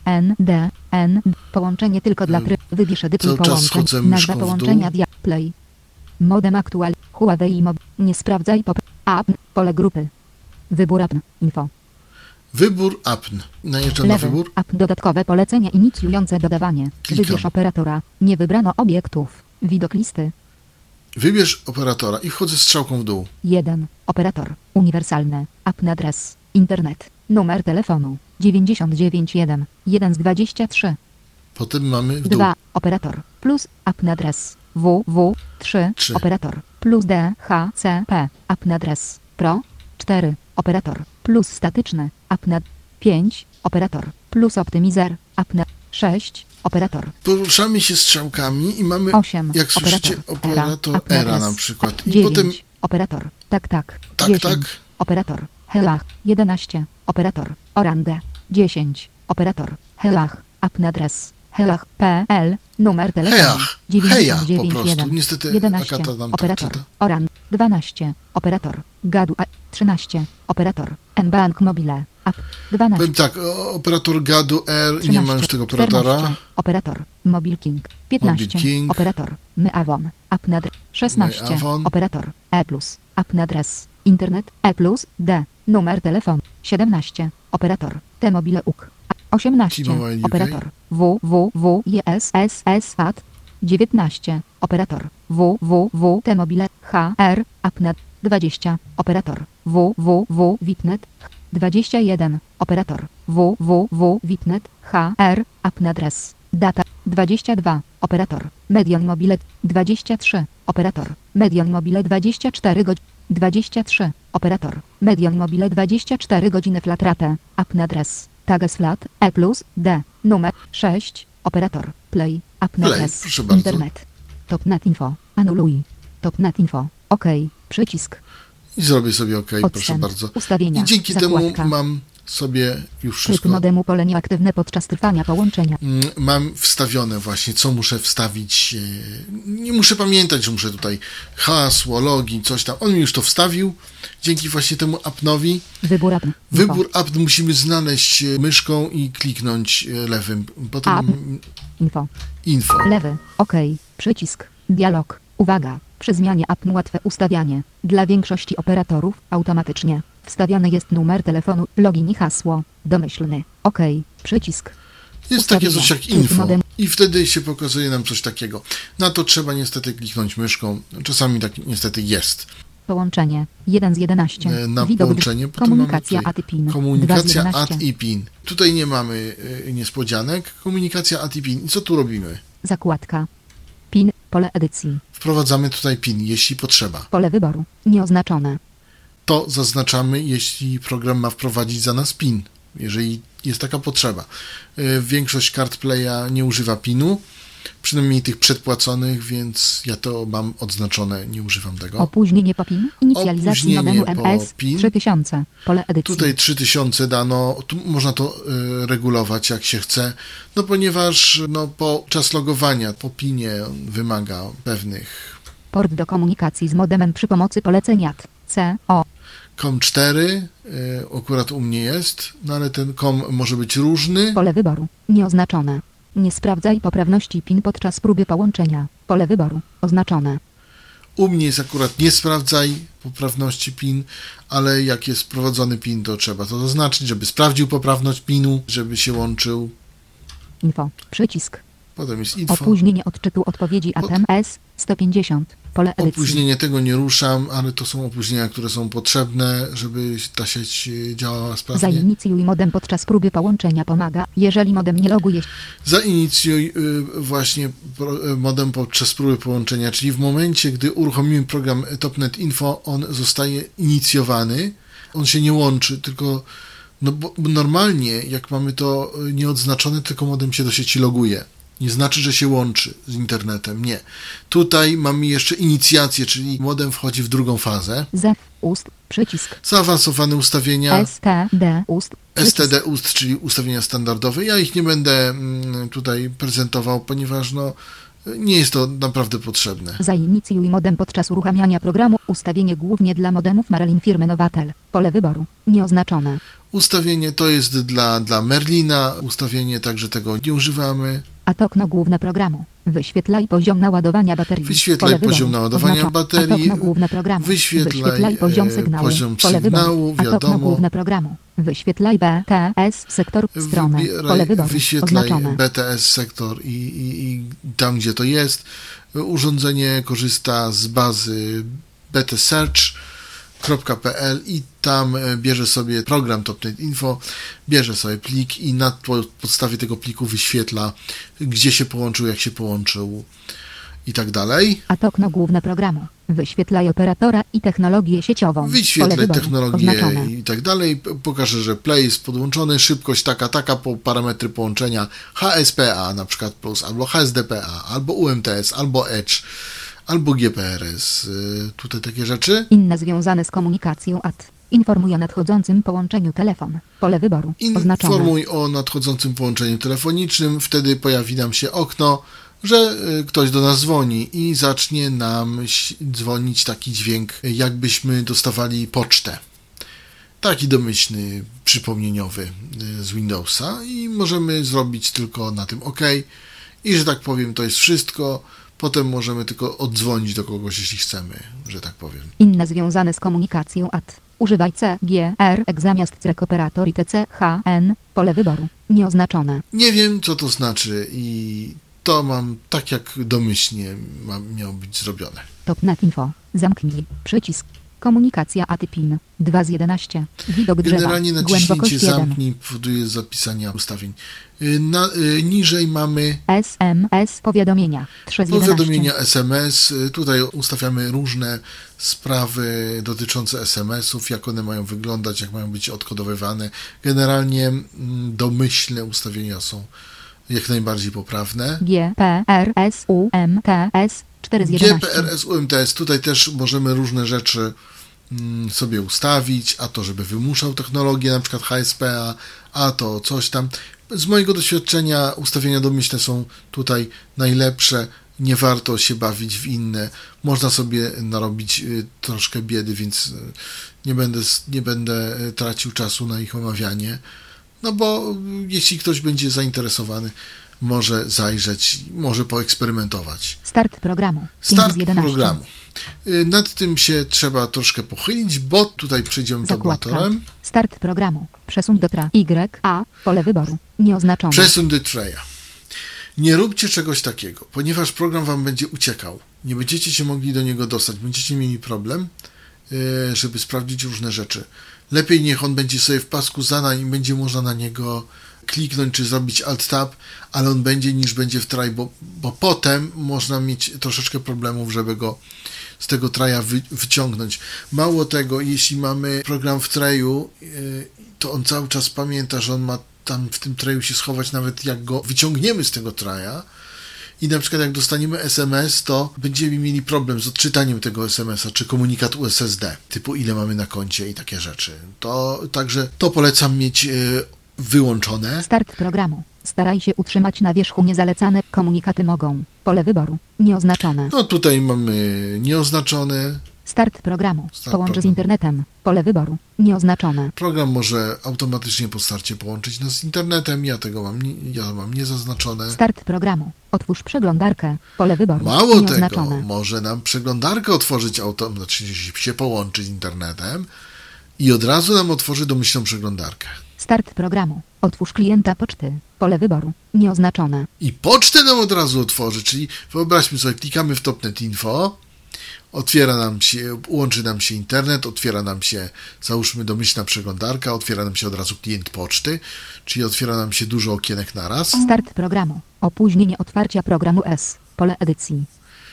N. Połączenie tylko dla trybu. Wybierz edytuj Cały czas połączeń. schodzę Nazwa myszką w połączenia. dół. Play. Modem aktual. Huawei Mob. Nie sprawdzaj app. Pole grupy. Wybór app. Info. Wybór APN. Najeżdżam na Lewy. wybór. App. Dodatkowe polecenia inicjujące dodawanie. Klikam. Wybierz operatora. Nie wybrano obiektów. Widok listy. Wybierz operatora i wchodzę strzałką w dół. 1. Operator. Uniwersalny. App adres. Internet. Numer telefonu. 991. 1 z 23. Potem mamy w dół. 2. Operator. Plus. App adres. ww. 3. Trzy. Operator. Plus DHCP. App adres. Pro. 4. Operator. Plus statyczny. App 5. Operator. Plus optymizer. App 6. Operator. Poruszamy się strzałkami i mamy, 8. jak słyszycie, operator ERA na przykład. I 9. potem Operator. Tak. tak, 10. tak. Operator. Helach. 11. Operator. Orange. 10. Operator. Helach. App adres. Helach.pl. Numer telefonu. Hejach. Heja po 991. prostu. Niestety 11. Agata nam tak Operator. czyta. Orange. 12. Operator. Gadu. 13. Operator. mBank Mobile. App. 12. Powiem tak, operator Gadu R, 13. nie ma już tego operatora. 14. Operator. Mobile King. 15. Mobile King. Operator. MyAvon. App adres. 16. MyAvon. Operator. E+. App adres. Internet. E+. D. Numer telefonu. 17. Operator. T-Mobile UK. 18. T-Mobile UK. Operator. www.ISSS.at. 19. Operator. www. T-Mobile HR. Appnet. 20. Operator. www.Wipnet. 21. Operator. www.Wipnet. HR. Appnadres. Data. 22. Operator. Medion Mobile. 23. Operator. Medion Mobile 24 godziny. 23. Operator. Medion Mobile 24 godziny flat rate. Appnadres. Tages flat. E+. D. Numer 6. Operator. Play. Appnadres. proszę bardzo. Internet. Topnet info. Anuluj. Topnet info. OK. Przycisk. I zrobię sobie OK, proszę Odstęp. bardzo. Ustawienia. I dzięki Zakładka. temu mam sobie już Tryb wszystko. modemu pole nieaktywne podczas trwania połączenia. Mam wstawione właśnie, co muszę wstawić. Nie muszę pamiętać, że muszę tutaj hasło, login, coś tam. On mi już to wstawił. Dzięki właśnie temu apnowi. Wybór app. Wybór app musimy znaleźć myszką i kliknąć lewym. Potem App. Info. info. Lewy. OK. Przycisk. Dialog. Uwaga. Przy zmianie app łatwe ustawianie. Dla większości operatorów automatycznie. Wstawiany jest numer telefonu, login i hasło. Domyślny. OK. Przycisk. Jest takie Ustawienia. coś jak Tryb info. modem. I wtedy się pokazuje nam coś takiego. Na to trzeba niestety kliknąć myszką. Czasami tak niestety jest. Połączenie. 1 z 11. Na Widok. połączenie. Potem Komunikacja mamy AT i PIN. 2 z komunikacja 11. AT i PIN. Tutaj nie mamy niespodzianek. Komunikacja AT i PIN. I co tu robimy? Zakładka. PIN. Pole edycji. Wprowadzamy tutaj PIN, jeśli potrzeba. Pole wyboru. Nieoznaczone. To zaznaczamy, jeśli program ma wprowadzić za nas PIN. jeżeli jest taka potrzeba. Większość kart Playa nie używa PIN-u, przynajmniej tych przedpłaconych, więc ja to mam odznaczone, nie używam tego. Opóźnienie po PIN. Inicjalizacji modemu Opóźnienie po MS PIN. 3000. Pole edycji. Tutaj 3000 dano, tu można to regulować jak się chce, no ponieważ czas logowania po PIN-ie wymaga pewnych. Port do komunikacji z modemem przy pomocy polecenia CO. COM4 akurat u mnie jest, no ale ten COM może być różny. Pole wyboru. Nieoznaczone. Nie sprawdzaj poprawności PIN podczas próby połączenia. Pole wyboru. Oznaczone. U mnie jest akurat nie sprawdzaj poprawności PIN, ale jak jest wprowadzony PIN, to trzeba to zaznaczyć, żeby sprawdził poprawność PIN-u, żeby się łączył. Info. Przycisk. Potem jest info. Opóźnienie odczytu odpowiedzi ATMS 150. Pole edycji. Opóźnienie tego nie ruszam, ale to są opóźnienia, które są potrzebne, żeby ta sieć działała sprawnie. Zainicjuj modem podczas próby połączenia pomaga, jeżeli modem nie loguje się. Zainicjuj właśnie modem podczas próby połączenia, czyli w momencie, gdy uruchomimy program Topnet Info, on zostaje inicjowany, on się nie łączy, tylko bo normalnie, jak mamy to nieodznaczone, tylko modem się do sieci loguje. Nie znaczy, że się łączy z internetem. Nie. Tutaj mamy jeszcze inicjację, czyli modem wchodzi w drugą fazę. Ust. Przycisk. Zaawansowane ustawienia. STD. Ust. STD ust, czyli ustawienia standardowe. Ja ich nie będę tutaj prezentował, ponieważ nie jest to naprawdę potrzebne. Zainicjuj modem podczas uruchamiania programu. Ustawienie głównie dla modemów Marlin firmy Novatel. Pole wyboru. Nieoznaczone. Ustawienie to jest dla Merlina. Ustawienie także tego nie używamy. A to okno główne programu. Wyświetlaj poziom naładowania baterii. Wyświetlaj poziom naładowania baterii. A to okno główne programu. Wyświetlaj poziom sygnału. Pole sygnału, wiadomo. A to okno główne programu. Wyświetlaj BTS sektor stronę. Pole wyboru. Wyświetlaj Oznaczone. BTS sektor i tam, gdzie to jest. Urządzenie korzysta z bazy btsearch.pl i tam bierze sobie program Topnet Info, bierze sobie plik i na podstawie tego pliku wyświetla, gdzie się połączył, jak się połączył i tak dalej. A to okno główne programu. Wyświetlaj operatora i technologię sieciową. Wyświetlaj technologię i tak dalej. Pokażę, że Play jest podłączony, szybkość taka, po parametry połączenia HSPA na przykład plus, albo HSDPA, albo UMTS, albo Edge, albo GPRS. Tutaj takie rzeczy. Inne związane z komunikacją Informuj o nadchodzącym połączeniu telefon. Pole wyboru. Oznaczone. Informuj o nadchodzącym połączeniu telefonicznym. Wtedy pojawi nam się okno, że ktoś do nas dzwoni i zacznie nam dzwonić taki dźwięk, jakbyśmy dostawali pocztę. Taki domyślny, przypomnieniowy z Windowsa i możemy zrobić tylko na tym OK. I że tak powiem, to jest wszystko. Potem możemy tylko oddzwonić do kogoś, jeśli chcemy, że tak powiem. Inne związane z komunikacją Używaj CGR zamiast CREK operator i TCHN. Pole wyboru. Nieoznaczone. Nie wiem, co to znaczy i to mam tak, jak domyślnie miało być zrobione. Topnet Info. Zamknij. Przycisk. Komunikacja PIN. 2 z 11. Widok drzewa. Generalnie naciśnięcie zamknij powoduje zapisanie ustawień. Niżej mamy SMS powiadomienia. 3 z 11. Powiadomienia SMS. Tutaj ustawiamy różne sprawy dotyczące SMS-ów, jak one mają wyglądać, jak mają być odkodowywane. Generalnie domyślne ustawienia są jak najbardziej poprawne. GPRS UMTS 4 z 11. GPRS UMTS. Tutaj też możemy różne rzeczy sobie ustawić, a to żeby wymuszał technologię, na przykład HSPA, a to coś tam. Z mojego doświadczenia ustawienia domyślne są tutaj najlepsze. Nie warto się bawić w inne. Można sobie narobić troszkę biedy, więc nie będę tracił czasu na ich omawianie. No bo jeśli ktoś będzie zainteresowany, może zajrzeć, może poeksperymentować. Start programu. Start programu. Nad tym się trzeba troszkę pochylić, bo tutaj przejdziemy tabulatorem. Start programu. Przesuń do YA. Pole wyboru. Nieoznaczone. Przesuń do traya. Nie róbcie czegoś takiego, ponieważ program wam będzie uciekał. Nie będziecie się mogli do niego dostać. Będziecie mieli problem, żeby sprawdzić różne rzeczy. Lepiej niech on będzie sobie w pasku zadań i będzie można na niego kliknąć czy zrobić Alt-Tab, ale on będzie niż będzie w try, bo potem można mieć troszeczkę problemów, żeby go z tego traja wyciągnąć. Mało tego, jeśli mamy program w traju, to on cały czas pamięta, że on ma tam w tym traju się schować, nawet jak go wyciągniemy z tego traja i na przykład jak dostaniemy SMS, to będziemy mieli problem z odczytaniem tego SMS-a, czy komunikat USSD, typu ile mamy na koncie i takie rzeczy. Także to polecam mieć wyłączone. Start programu. Staraj się utrzymać na wierzchu niezalecane komunikaty mogą. Pole wyboru. Nieoznaczone. No tutaj mamy nieoznaczone. Start programu. Start Połącz z programu. internetem. Pole wyboru. Nieoznaczone. Program może automatycznie po starcie połączyć nas z internetem. Ja mam niezaznaczone. Start programu. Otwórz przeglądarkę. Pole wyboru. Mało tego, Nieoznaczone. może nam przeglądarkę otworzyć automatycznie, się połączyć z internetem i od razu nam otworzy domyślną przeglądarkę. Start programu. Otwórz klienta poczty. Pole wyboru. Nieoznaczone. I pocztę nam od razu otworzy, czyli wyobraźmy sobie, klikamy w Topnet Info, łączy nam się internet, otwiera nam się, załóżmy, domyślna przeglądarka, otwiera nam się od razu klient poczty, czyli otwiera nam się dużo okienek naraz. Start programu. Opóźnienie otwarcia programu S. Pole edycji.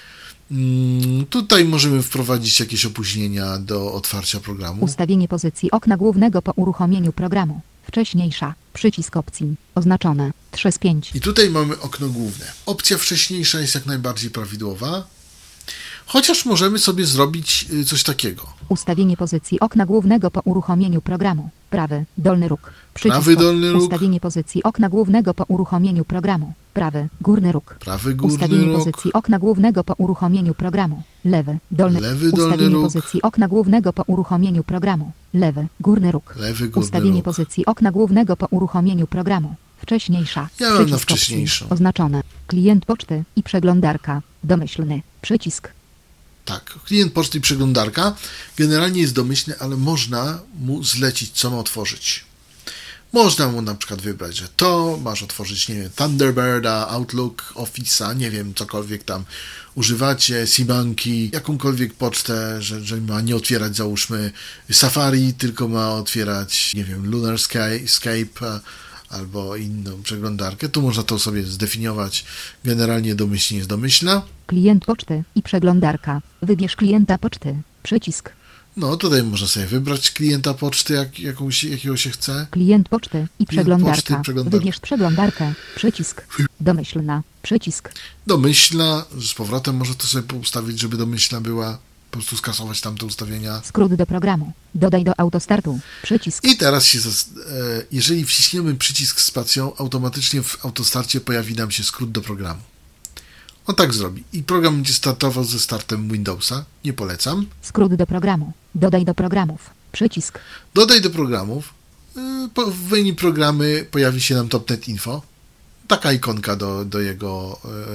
Tutaj możemy wprowadzić jakieś opóźnienia do otwarcia programu. Ustawienie pozycji okna głównego po uruchomieniu programu. Wcześniejsza. Przycisk opcji. Oznaczone. 3 z 5. I tutaj mamy okno główne. Opcja wcześniejsza jest jak najbardziej prawidłowa, chociaż możemy sobie zrobić coś takiego. Ustawienie pozycji okna głównego po uruchomieniu programu. Prawy, dolny róg. Przycisk Prawy dolny róg. Ustawienie pozycji okna głównego po uruchomieniu programu. Prawy, górny róg. Prawy górny Ustawienie róg. pozycji okna głównego po uruchomieniu programu. Lewy, dolny. Lewy dolny Ustawienie róg. pozycji okna głównego po uruchomieniu programu. Lewy, górny róg. Lewy górny Ustawienie róg. pozycji okna głównego po uruchomieniu programu. Wcześniejsza. Ja mam na Przycisk opcji. wcześniejszą. Oznaczone. Klient poczty i przeglądarka. Domyślny. Przycisk. Tak, klient poczty i przeglądarka generalnie jest domyślny, ale można mu zlecić, co ma otworzyć. Można mu na przykład wybrać, że to masz otworzyć, nie wiem, Thunderbirda, Outlook, Office'a, nie wiem, cokolwiek tam używacie, Sibanki, jakąkolwiek pocztę, że ma nie otwierać, załóżmy, Safari, tylko ma otwierać, nie wiem, Lunarscape albo inną przeglądarkę. Tu można to sobie zdefiniować. Generalnie domyślnie jest domyślna. Klient poczty i przeglądarka. Wybierz klienta poczty. Przycisk. No, tutaj można sobie wybrać klienta poczty, jakiego się chce. Klient poczty i przeglądarka. poczty i przeglądarka. Wybierz przeglądarkę. Przycisk. Domyślna. Przycisk. Domyślna, z powrotem może to sobie ustawić, żeby domyślna była, po prostu skasować tamte ustawienia. Skrót do programu. Dodaj do autostartu. Przycisk. I teraz jeżeli wciśniemy przycisk spacją, automatycznie w autostarcie pojawi nam się skrót do programu. On tak zrobi. I program będzie startował ze startem Windowsa. Nie polecam. Skrót do programu. Dodaj do programów. Przycisk. Dodaj do programów. W menu programy pojawi się nam Topnet Info. Taka ikonka do jego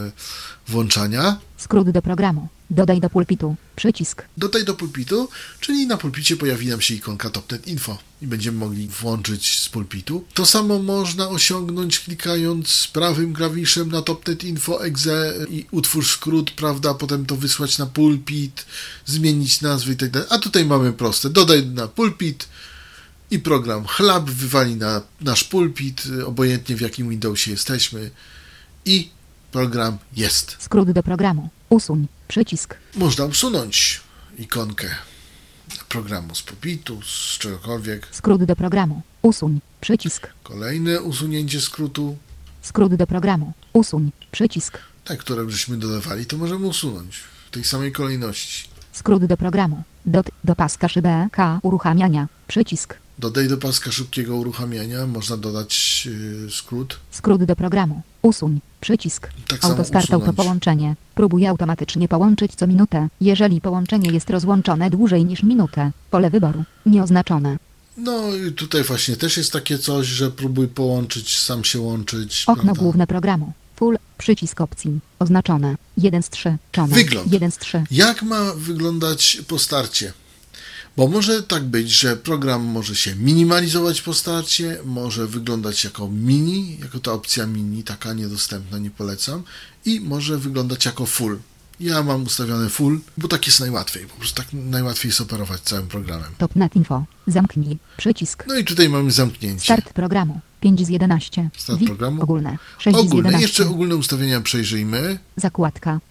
włączania. Skrót do programu. Dodaj do pulpitu. Przycisk. Dodaj do pulpitu, czyli na pulpicie pojawi nam się ikonka Topnet Info i będziemy mogli włączyć z pulpitu. To samo można osiągnąć klikając prawym klawiszem na Topnet Info exe i utwórz skrót, prawda, potem to wysłać na pulpit, zmienić nazwę i tak dalej. A tutaj mamy proste. Dodaj na pulpit i program chlap wywali na nasz pulpit, obojętnie w jakim Windowsie jesteśmy i program jest. Skrót do programu. Usuń. Przycisk. Można usunąć ikonkę programu z pulpitu, z czegokolwiek. Skrót do programu. Usuń. Przycisk. Kolejne usunięcie skrótu. Skrót do programu. Usuń. Przycisk. Te, które żeśmy dodawali, to możemy usunąć w tej samej kolejności. Skrót do programu. Do paska szyby K uruchamiania. Przycisk. Dodaj do paska szybkiego uruchamiania. Można dodać skrót. Skrót do programu. Usuń. Przycisk. Tak samo Autostart auto usunąć. połączenie. Próbuje automatycznie połączyć co minutę. Jeżeli połączenie jest rozłączone dłużej niż minutę. Pole wyboru. Nieoznaczone. No i tutaj właśnie też jest takie coś, że próbuj połączyć, sam się łączyć. Okno prawda? główne programu. Full. Przycisk opcji. Oznaczone. 1 z 3. Czone. Wygląd. 1 z 3. Jak ma wyglądać po starcie? Bo może tak być, że program może się minimalizować po starcie, może wyglądać jako mini, jako ta opcja mini, taka niedostępna, nie polecam, i może wyglądać jako full. Ja mam ustawione full, bo tak jest najłatwiej, po prostu tak najłatwiej jest operować całym programem. Topnet info. Zamknij. Przycisk. No i tutaj mamy zamknięcie. Start programu. 5 z 11. Start programu. Ogólne. 6 z Ogólne. 11. Jeszcze ogólne ustawienia przejrzyjmy. Zakładka.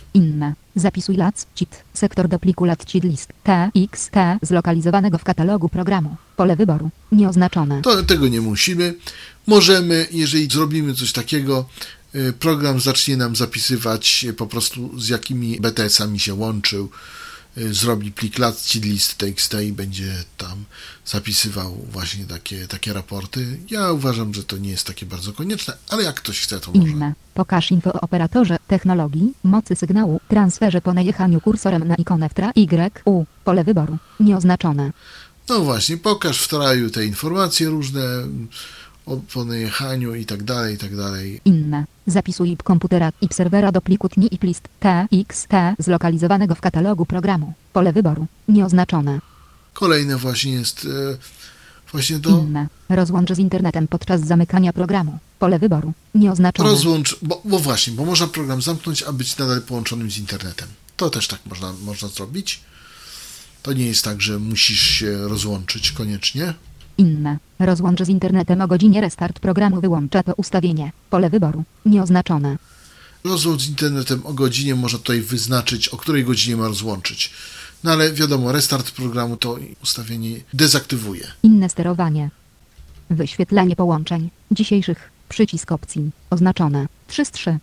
Inne. Zapisuj lac, cit, sektor do pliku lat list, TXT zlokalizowanego w katalogu programu. Pole wyboru. Nieoznaczone. To tego nie musimy. Możemy, jeżeli zrobimy coś takiego, program zacznie nam zapisywać po prostu z jakimi BTS-ami się łączył, zrobi plik lat.list.txt i będzie tam zapisywał właśnie takie raporty. Ja uważam, że to nie jest takie bardzo konieczne, ale jak ktoś chce, to może. Inne. Pokaż info o operatorze, technologii, mocy sygnału, transferze po najechaniu kursorem na ikonę w U. Pole wyboru. Nieoznaczone. No właśnie, pokaż w traju te informacje różne po najechaniu i tak dalej, i tak dalej. Inne. Zapisuj IP komputera i serwera do pliku TNI i list TXT zlokalizowanego w katalogu programu. Pole wyboru. Nieoznaczone. Kolejne właśnie jest właśnie to. Inne. Rozłącz z internetem podczas zamykania programu. Pole wyboru. Nieoznaczone. Rozłącz, bo właśnie, bo można program zamknąć, a być nadal połączonym z internetem. To też tak można zrobić. To nie jest tak, że musisz się rozłączyć koniecznie. Inne. Rozłącz z internetem o godzinie restart programu wyłącza to ustawienie. Pole wyboru. Nieoznaczone. Rozłącz z internetem o godzinie można tutaj wyznaczyć, o której godzinie ma rozłączyć. No ale wiadomo, restart programu to ustawienie dezaktywuje. Inne sterowanie. Wyświetlanie połączeń. Dzisiejszych. Przycisk opcji. Oznaczone. 3 z 3.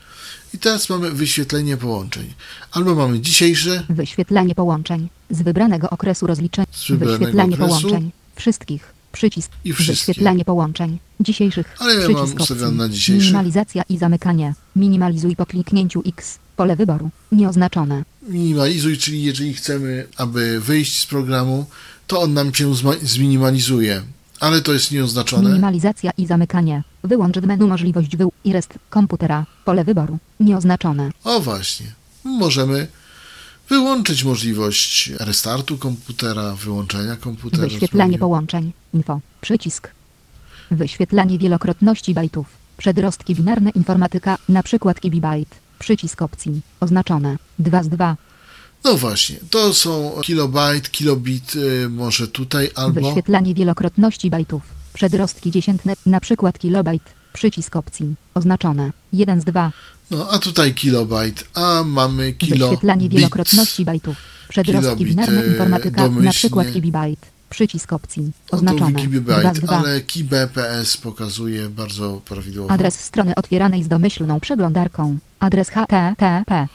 I teraz mamy wyświetlenie połączeń. Albo mamy dzisiejsze. Wyświetlanie połączeń. Z wybranego okresu rozliczeń. Wyświetlanie połączeń. Wszystkich. Przycisk. I wszystkie. Wyświetlanie połączeń. Dzisiejszych. Ale ja Przycisk mam opcji. ustawione na dzisiejsze. Minimalizacja i zamykanie. Minimalizuj po kliknięciu X. Pole wyboru. Nieoznaczone. Minimalizuj, czyli jeżeli chcemy, aby wyjść z programu, to on nam się zminimalizuje. Ale to jest nieoznaczone. Minimalizacja i zamykanie. Wyłącz z menu możliwość i rest komputera. Pole wyboru. Nieoznaczone. O właśnie. Możemy wyłączyć możliwość restartu komputera, wyłączenia komputera. Wyświetlanie połączeń. Info. Przycisk. Wyświetlanie wielokrotności bajtów. Przedrostki binarne informatyka, na przykład kibibajt. Przycisk opcji. Oznaczone. 2 z 2. No właśnie, to są kilobajt, kilobit, może tutaj albo... Wyświetlanie wielokrotności bajtów. Przedrostki dziesiętne, na przykład kilobajt. Przycisk opcji. Oznaczone. 1 z 2. No a tutaj kilobajt, a mamy kilobit. Wyświetlanie wielokrotności bajtów. Przedrostki kilobit, binarne informatyka, domyślnie. na przykład kibibajt. Przycisk opcji. No to Oznaczone. Wikibajt, 2 z 2. ale kibe.ps pokazuje bardzo prawidłowo. Adres strony otwieranej z domyślną przeglądarką. Adres http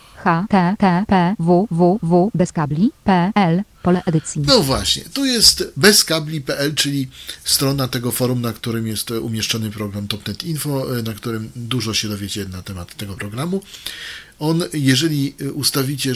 www.bezkabli.pl. Pole edycji. No właśnie, tu jest bezkabli.pl, czyli strona tego forum, na którym jest umieszczony program Topnet Info, na którym dużo się dowiecie na temat tego programu. Jeżeli ustawicie,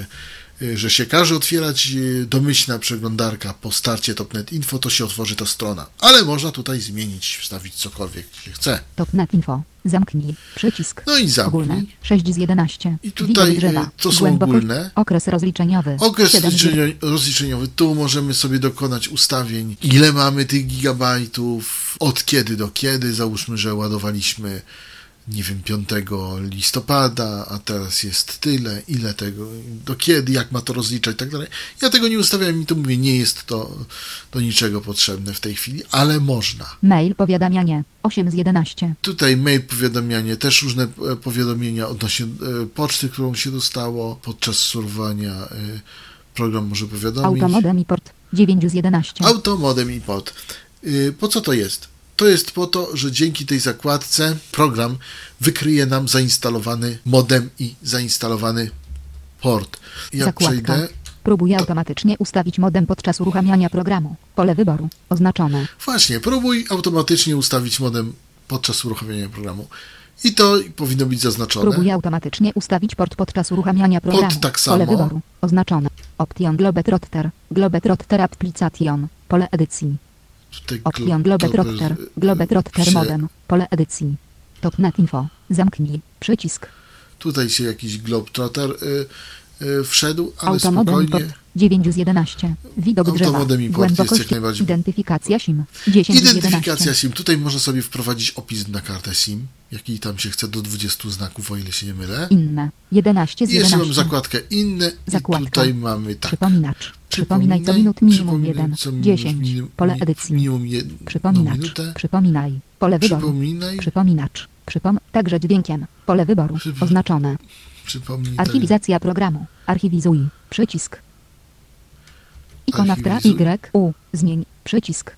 że się każe otwierać domyślna przeglądarka po starcie Topnet Info, to się otworzy ta strona. Ale można tutaj zmienić, wstawić cokolwiek się chce. Topnet Info. Zamknij. Przycisk. No i zamknij. Ogólne. 6 z 11. I tutaj Widok drzewa. to są Głębokość. ogólne. Okres rozliczeniowy. Okres 7 z rozliczeniowy. Tu możemy sobie dokonać ustawień, ile mamy tych gigabajtów, od kiedy do kiedy. Załóżmy, że ładowaliśmy, nie wiem, 5 listopada, a teraz jest tyle, ile tego, do kiedy, jak ma to rozliczać i tak dalej. Ja tego nie ustawiam i to mówię, nie jest to do niczego potrzebne w tej chwili, ale można. Mail powiadamianie. 8 z 11. Tutaj mail powiadamianie, też różne powiadomienia odnośnie poczty, którą się dostało podczas surfowania. Program może powiadomić. Automodem i port. 9 z 11. Automodem i port. Po co to jest? To jest po to, że dzięki tej zakładce program wykryje nam zainstalowany modem i zainstalowany port. Jak Zakładka. przejdę, Próbuj automatycznie ustawić modem podczas uruchamiania programu. Pole wyboru. Oznaczone. właśnie, próbuj automatycznie ustawić modem podczas uruchamiania programu. I to powinno być zaznaczone. Próbuj automatycznie ustawić port podczas uruchamiania programu. tak Pole samo. wyboru. Oznaczone. Option Globetrotter. Globetrotter Application. Pole edycji. Tutaj Option Globetrotter. Globetrotter modem. Pole edycji. Topnet Info. Zamknij. Przycisk. Tutaj się jakiś Globetrotter wszedł, ale Automodem i spokojnie. port. 9 z 11. Widok drzewa. Automodem i port jest Głębokość. jak najbardziej. Identyfikacja SIM. 10 z 11. Identyfikacja SIM. Tutaj można sobie wprowadzić opis na kartę SIM, jaki tam się chce, do 20 znaków, o ile się nie mylę. Inne. 11 z I jeszcze 11. mam zakładkę inne Zakładka. i tutaj mamy tak. Przypominacz. Przypominaj co minut minimum 1. co minut 10. Pole edycji. Minimum Przypominacz. minutę. Przypominaj. Pole wyboru. Przypominaj. Przypominacz. Także dźwiękiem. Pole wyboru. Oznaczone. Przypomnij. Archiwizacja programu. Archiwizuj. Przycisk. Ikona wtra Archiwizuj. Y. U. Zmień. Przycisk.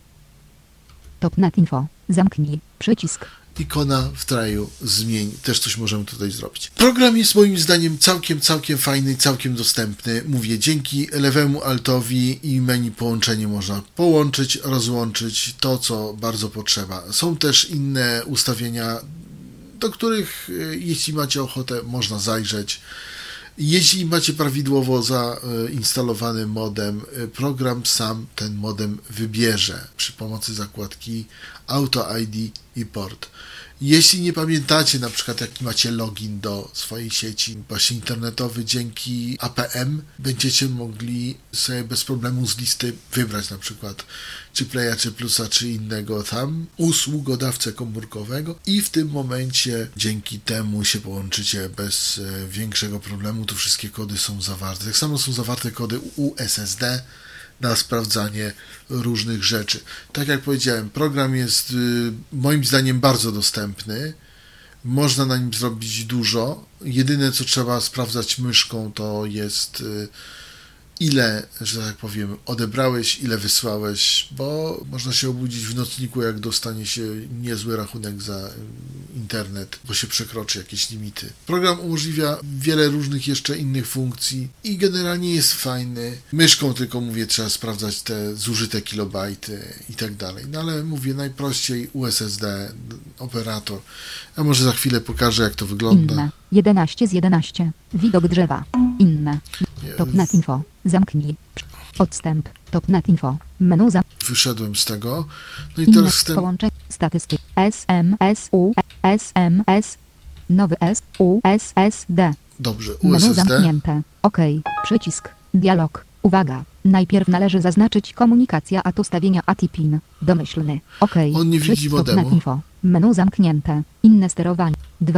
Topnet info. Zamknij. Przycisk. Ikona w traju zmień. Też coś możemy tutaj zrobić. Program jest moim zdaniem całkiem fajny, całkiem dostępny. Mówię, dzięki lewemu altowi i menu połączenie można połączyć, rozłączyć to, co bardzo potrzeba. Są też inne ustawienia, do których jeśli macie ochotę, można zajrzeć. Jeśli macie prawidłowo zainstalowany modem, program sam ten modem wybierze przy pomocy zakładki Auto ID i port. Jeśli nie pamiętacie na przykład jaki macie login do swojej sieci właśnie internetowy, dzięki APM będziecie mogli sobie bez problemu z listy wybrać na przykład czy Playa, czy Plusa, czy innego tam usługodawcę komórkowego i w tym momencie dzięki temu się połączycie bez większego problemu. Tu wszystkie kody są zawarte. Tak samo są zawarte kody USSD na sprawdzanie różnych rzeczy. Tak jak powiedziałem, program jest moim zdaniem bardzo dostępny. Można na nim zrobić dużo. Jedyne, co trzeba sprawdzać myszką, to jest ile, że tak powiem, odebrałeś, ile wysłałeś, bo można się obudzić w nocniku, jak dostanie się niezły rachunek za internet, bo się przekroczy jakieś limity. Program umożliwia wiele różnych jeszcze innych funkcji i generalnie jest fajny. Myszką tylko, mówię, trzeba sprawdzać te zużyte kilobajty i tak dalej. No ale mówię, najprościej USSD, operator. Ja może za chwilę pokażę, jak to wygląda. Inne. 11 z 11. Widok drzewa. Inne. Topnet info. Zamknij. Odstęp. Topnet info. Menu Wyszedłem z tego. No i Inne teraz chcę... połączenie. Statystyk. SMS. U. SMS. Nowy S. U. SSD. Dobrze, Menu USSD. zamknięte. OK. Przycisk. Dialog. Uwaga. Najpierw należy zaznaczyć komunikacja at ustawienia ATPIN. Domyślny. OK. On nie widzi modemu. Topnet info. Menu zamknięte. Inne sterowanie.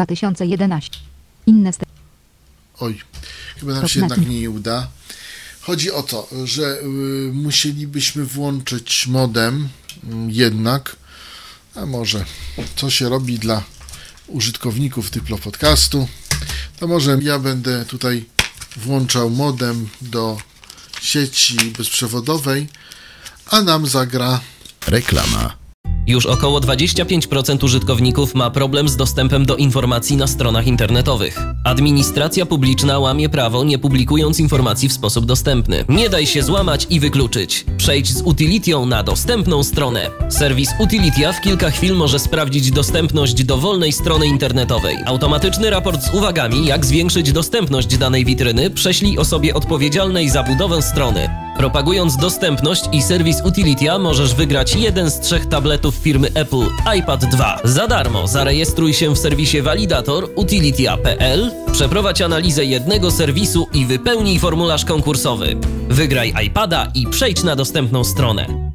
2011. Inne sterowanie. Oj, chyba nam się jednak nie uda. Chodzi o to, że musielibyśmy włączyć modem jednak, a może co się robi dla użytkowników Tyflo Podcastu, to może ja będę tutaj włączał modem do sieci bezprzewodowej, a nam zagra Reklama. Już około 25% użytkowników ma problem z dostępem do informacji na stronach internetowych. Administracja publiczna łamie prawo, nie publikując informacji w sposób dostępny. Nie daj się złamać i wykluczyć. Przejdź z Utilitią na dostępną stronę. Serwis Utilitia w kilka chwil może sprawdzić dostępność dowolnej strony internetowej. Automatyczny raport z uwagami, jak zwiększyć dostępność danej witryny, prześlij osobie odpowiedzialnej za budowę strony. Propagując dostępność i serwis Utilitia możesz wygrać jeden z 3 tabletów firmy Apple iPad 2. Za darmo zarejestruj się w serwisie Validator Utilitia.pl, przeprowadź analizę jednego serwisu i wypełnij formularz konkursowy. Wygraj iPada i przejdź na dostępną stronę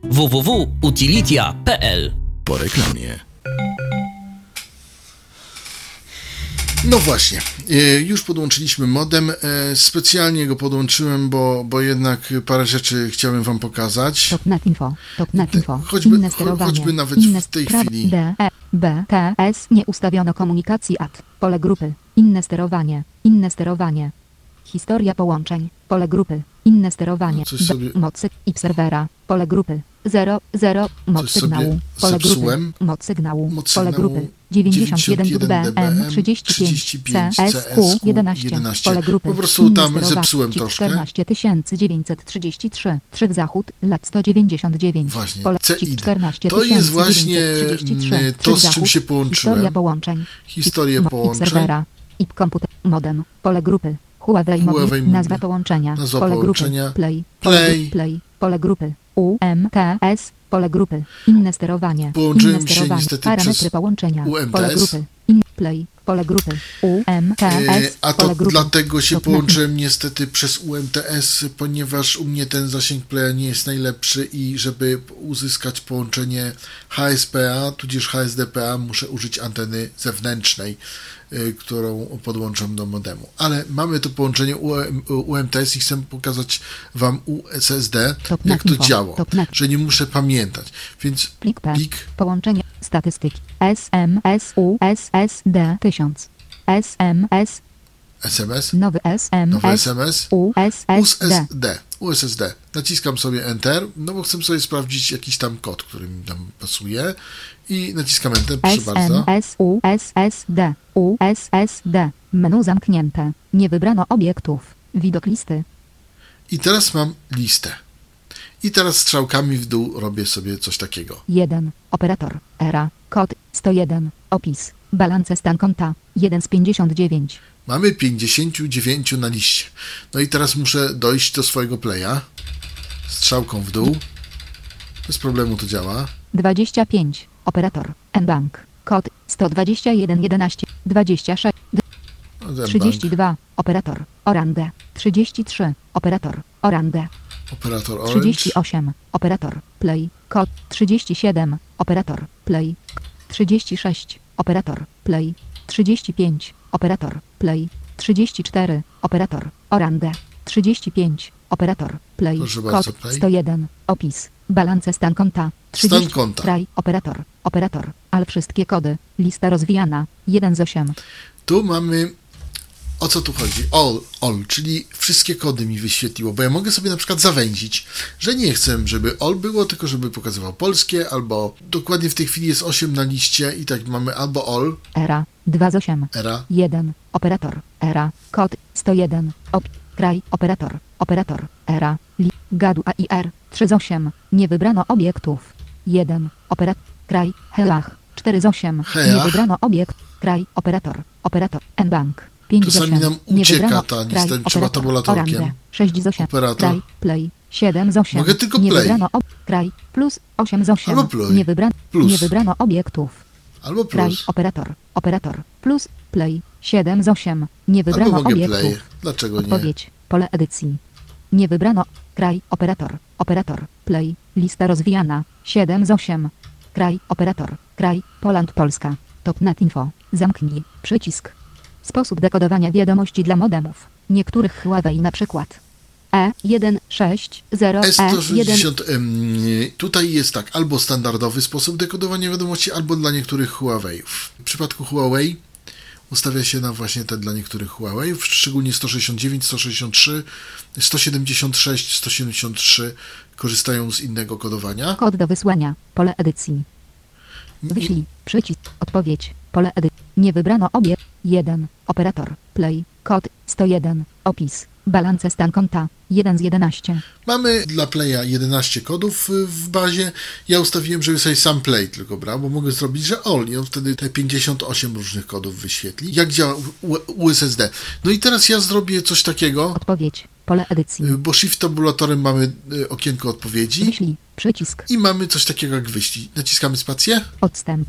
www.utilitia.pl. Po reklamie. No właśnie, już podłączyliśmy modem, specjalnie go podłączyłem, bo jednak parę rzeczy chciałem wam pokazać. Topnet info. Topnet info. Choćby- Inne sterowanie. choćby nawet Inne w tej spra- chwili. D, E, B, T, S. Nie ustawiono komunikacji at. Pole grupy. Inne sterowanie. Inne sterowanie. Historia połączeń. Pole grupy. Inne sterowanie. No coś sobie- Mocy i serwera. Pole grupy. 0, moc Coś sobie sygnału. Pole zepsułem. grupy. Moc sygnału. Moc Pole sygnału grupy. 91 dBm 35 CSQ 11. Pole grupy. Po prostu Inne tam sterowanie. zepsułem troszkę. 14933 3 w zachód, lat 199. Właśnie, Pole CID. 14 To jest właśnie 933, to, w z czym zachód. się połączyłem. Historia połączeń. Historię IP połączeń. serwera. IP komputer. Modem. Pole grupy. Huawei Huawei Mobile. Mobile. Nazwa połączenia. Nazwa Pole połączenia. grupy. Play. Play. Play. Pole grupy. UMTS. Pole grupy. Inne sterowanie. Połączyłem Inne się sterowanie. niestety Parametry przez połączenia. UMTS. Pole grupy. Play. Pole grupy. UMTS. A to Pole grupy. dlatego się Topnet połączyłem niestety przez UMTS, ponieważ u mnie ten zasięg playa nie jest najlepszy i żeby uzyskać połączenie HSPA, tudzież HSDPA, muszę użyć anteny zewnętrznej, którą podłączam do modemu. Ale mamy to połączenie UMTS i chcę pokazać wam USSD, Topnet jak to info. działa, Topnet. że nie muszę pamiętać. Więc Plik P. plik Połączenie. Statystyki. SMS USSD 1000. SMS. SMS. Nowy SMS. Nowy SMS. USSD. USSD. Naciskam sobie Enter, no bo chcę sobie sprawdzić jakiś tam kod, który mi tam pasuje. I naciskam Enter, proszę bardzo. SMS USSD. USSD. Menu zamknięte. Nie wybrano obiektów. Widok listy. I teraz mam listę. I teraz strzałkami w dół robię sobie coś takiego. 1. Operator. Era. Kod 101. Opis. Balance stan konta. 1 z 59. Mamy 59 na liście. No i teraz muszę dojść do swojego playa. Strzałką w dół. Bez problemu to działa. 25. Operator. mBank. Kod 121 11 26. No, ten bank. 32. Operator. Orange. 33. Operator. Orange. Operator Orange. 38. Operator. Play. Kod 37. Operator. Play. 36. Operator. Play. 35. Operator. Play. 34. Operator. Orange. 35. Operator. Play. Proszę bardzo, Kod play. 101. Opis. Balance stan konta. Stan konta. Try. Operator. Operator. Ale wszystkie kody. Lista rozwijana. 1 z 8. Tu mamy, o co tu chodzi? All, czyli wszystkie kody mi wyświetliło, bo ja mogę sobie na przykład zawęzić, że nie chcę, żeby all było, tylko żeby pokazywał polskie, albo dokładnie w tej chwili jest 8 na liście i tak mamy albo all, Era. 2 z 8. era, 1. Operator. Era. Kod 101. Kraj. Operator. Operator. Era. Gadu AIR. 3 z 8. Nie wybrano obiektów. 1. Operator. Kraj. Helach. 4 z 8. Nie Heach. wybrano obiekt. Kraj. Operator. Operator. mBank. 5 z Czasami 8. nam Nie ucieka wybrano. ta lista, Kraj. trzeba Operator. tabulatorkiem. Orange. 6 z 8. Operator. Kraj. Play. 7 z 8. Mogę tylko Nie play. wybrano kraj. Plus 8 z 8. Albo play. Nie Plus. wybrano obiektów. albo Kraj. plus, Operator. Operator. Plus. Play. 7 z 8. Nie albo wybrano mogę obiektów. play. Dlaczego nie? Odpowiedź. Pole edycji. Nie wybrano. Kraj. Operator. Operator. Play. Lista rozwijana. 7 z 8. Kraj. Operator. Kraj. Poland Polska. Topnet info. Zamknij. Przycisk. Sposób dekodowania wiadomości dla modemów. Niektórych Huawei na przykład. E160 S160, tutaj jest tak, albo standardowy sposób dekodowania wiadomości, albo dla niektórych Huawei'ów. W przypadku Huawei ustawia się na właśnie te dla niektórych Huawei, szczególnie 169, 163, 176, 173 korzystają z innego kodowania. Kod do wysłania. Pole edycji. Wyślij. Przycisk. Odpowiedź. Pole edycji. Nie wybrano obiekt. 1. Operator. Play. Kod 101. Opis. Balance stan konta. 1 z 11. Mamy dla Playa 11 kodów w bazie. Ja ustawiłem, żeby sobie sam Play tylko brał, bo mogę zrobić, że all i on wtedy te 58 różnych kodów wyświetli. Jak działa USSD? No i teraz ja zrobię coś takiego, Odpowiedź. Pole edycji. bo shift tabulatorem mamy okienko odpowiedzi Wyślij. Przycisk. i mamy coś takiego jak wyślij. Naciskamy spację. Odstęp.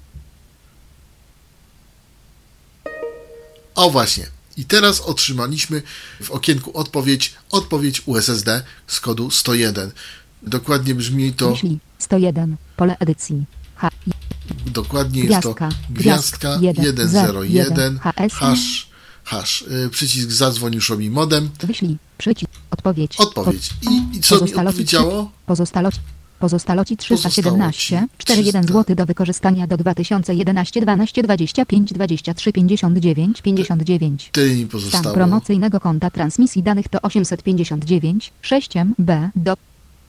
O właśnie. I teraz otrzymaliśmy w okienku odpowiedź USSD z kodu 101. Dokładnie brzmi to, Wyślij. 101. Pole edycji. H. dokładnie jest to Gwiazdka. 101 HS. hash. Przycisk zadzwoń już robi modem. Wyślij. Przycisk. Odpowiedź. Odpowiedź. I co mi odpowiedziało? Pozostało ci 317, 41 300. zł do wykorzystania do 2011, 12, 25, 23, 59, 59. Tyle mi Stan pozostało. promocyjnego konta transmisji danych to 859, 6MB do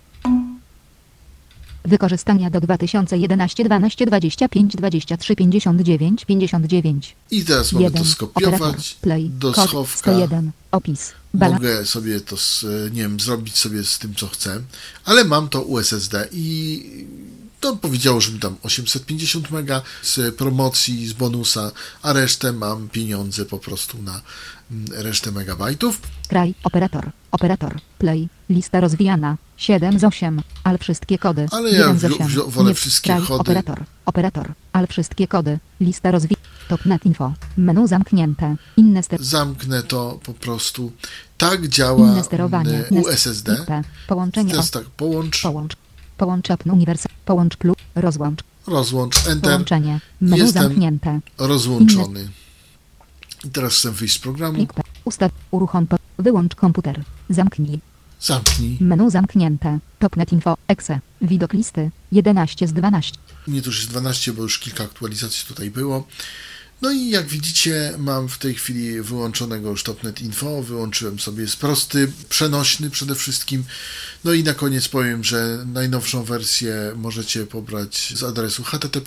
wykorzystania do 2011, 12, 25, 23, 59, 59. I teraz mogę 1. to skopiować Play. do Kod schowka. 101. Opis. Mogę sobie to, nie wiem, zrobić sobie z tym, co chcę, ale mam to USSD i to powiedziało, że mi tam 850 mega z promocji, z bonusa, a resztę mam pieniądze po prostu na resztę megabajtów. Kraj. Operator. Play. Lista rozwijana. 7 z 8. Ale wszystkie kody. Ale ja 1 z 8. wolę Nie. wszystkie Kraj. kody. Operator. Ale wszystkie kody. Lista rozwijana. Topnet info. Menu zamknięte. Inne Zamknę to po prostu. Tak działa Inne sterowanie. USSD. Połączenie. Teraz tak, połącz, Połącz apn uniwersal. Połącz plus. rozłącz, enter. Połączenie. Menu Jestem zamknięte. rozłączony. I teraz chcę wyjść z programu. Plik P. Ustaw. Uruchom. Wyłącz komputer. Zamknij. Zamknij. Menu zamknięte. Topnet info. Exe. Widok listy. 11 z 12. Nie, to już jest 12, bo już kilka aktualizacji tutaj było. No i jak widzicie, mam w tej chwili wyłączonego już Topnet Info, wyłączyłem sobie, jest prosty, przenośny przede wszystkim. No i na koniec powiem, że najnowszą wersję możecie pobrać z adresu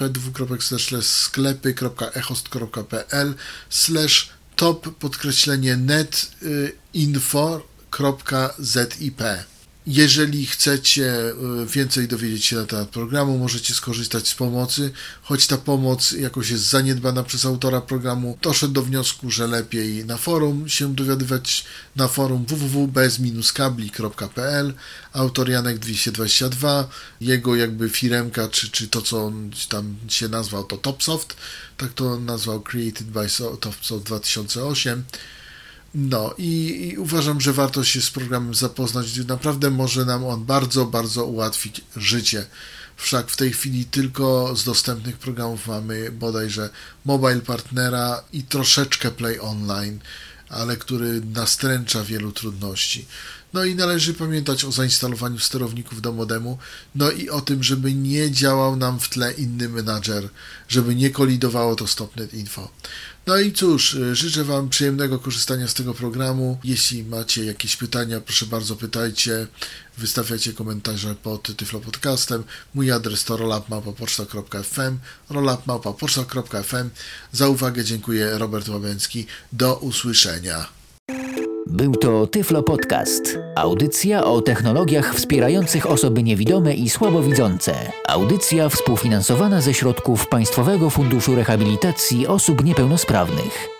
http://sklepy.ehost.pl/top_net-info.zip. Jeżeli chcecie więcej dowiedzieć się na temat programu, możecie skorzystać z pomocy, choć ta pomoc jakoś jest zaniedbana przez autora programu. Doszedł do wniosku, że lepiej na forum się dowiadywać, na forum www.bez-kabli.pl. Autor Janek 222, jego jakby firemka, czy to, co on tam się nazwał, to Topsoft, tak to nazwał, Created by Topsoft 2008. No i uważam, że warto się z programem zapoznać. Naprawdę może nam on bardzo, bardzo ułatwić życie. Wszak w tej chwili tylko z dostępnych programów mamy bodajże Mobile Partnera i troszeczkę Play Online, ale który nastręcza wielu trudności. No i należy pamiętać o zainstalowaniu sterowników do modemu, no i o tym, żeby nie działał nam w tle inny menadżer, żeby nie kolidowało to z Topnet Info. No i cóż, życzę Wam przyjemnego korzystania z tego programu. Jeśli macie jakieś pytania, proszę bardzo pytajcie, wystawiacie komentarze pod Tyflo Podcastem. Mój adres to rollupmałpa.poczta.fm, rollupmałpa.poczta.fm. Za uwagę dziękuję, Robert Łabęcki. Do usłyszenia. Był to Tyflo Podcast. Audycja o technologiach wspierających osoby niewidome i słabowidzące. Audycja współfinansowana ze środków Państwowego Funduszu Rehabilitacji Osób Niepełnosprawnych.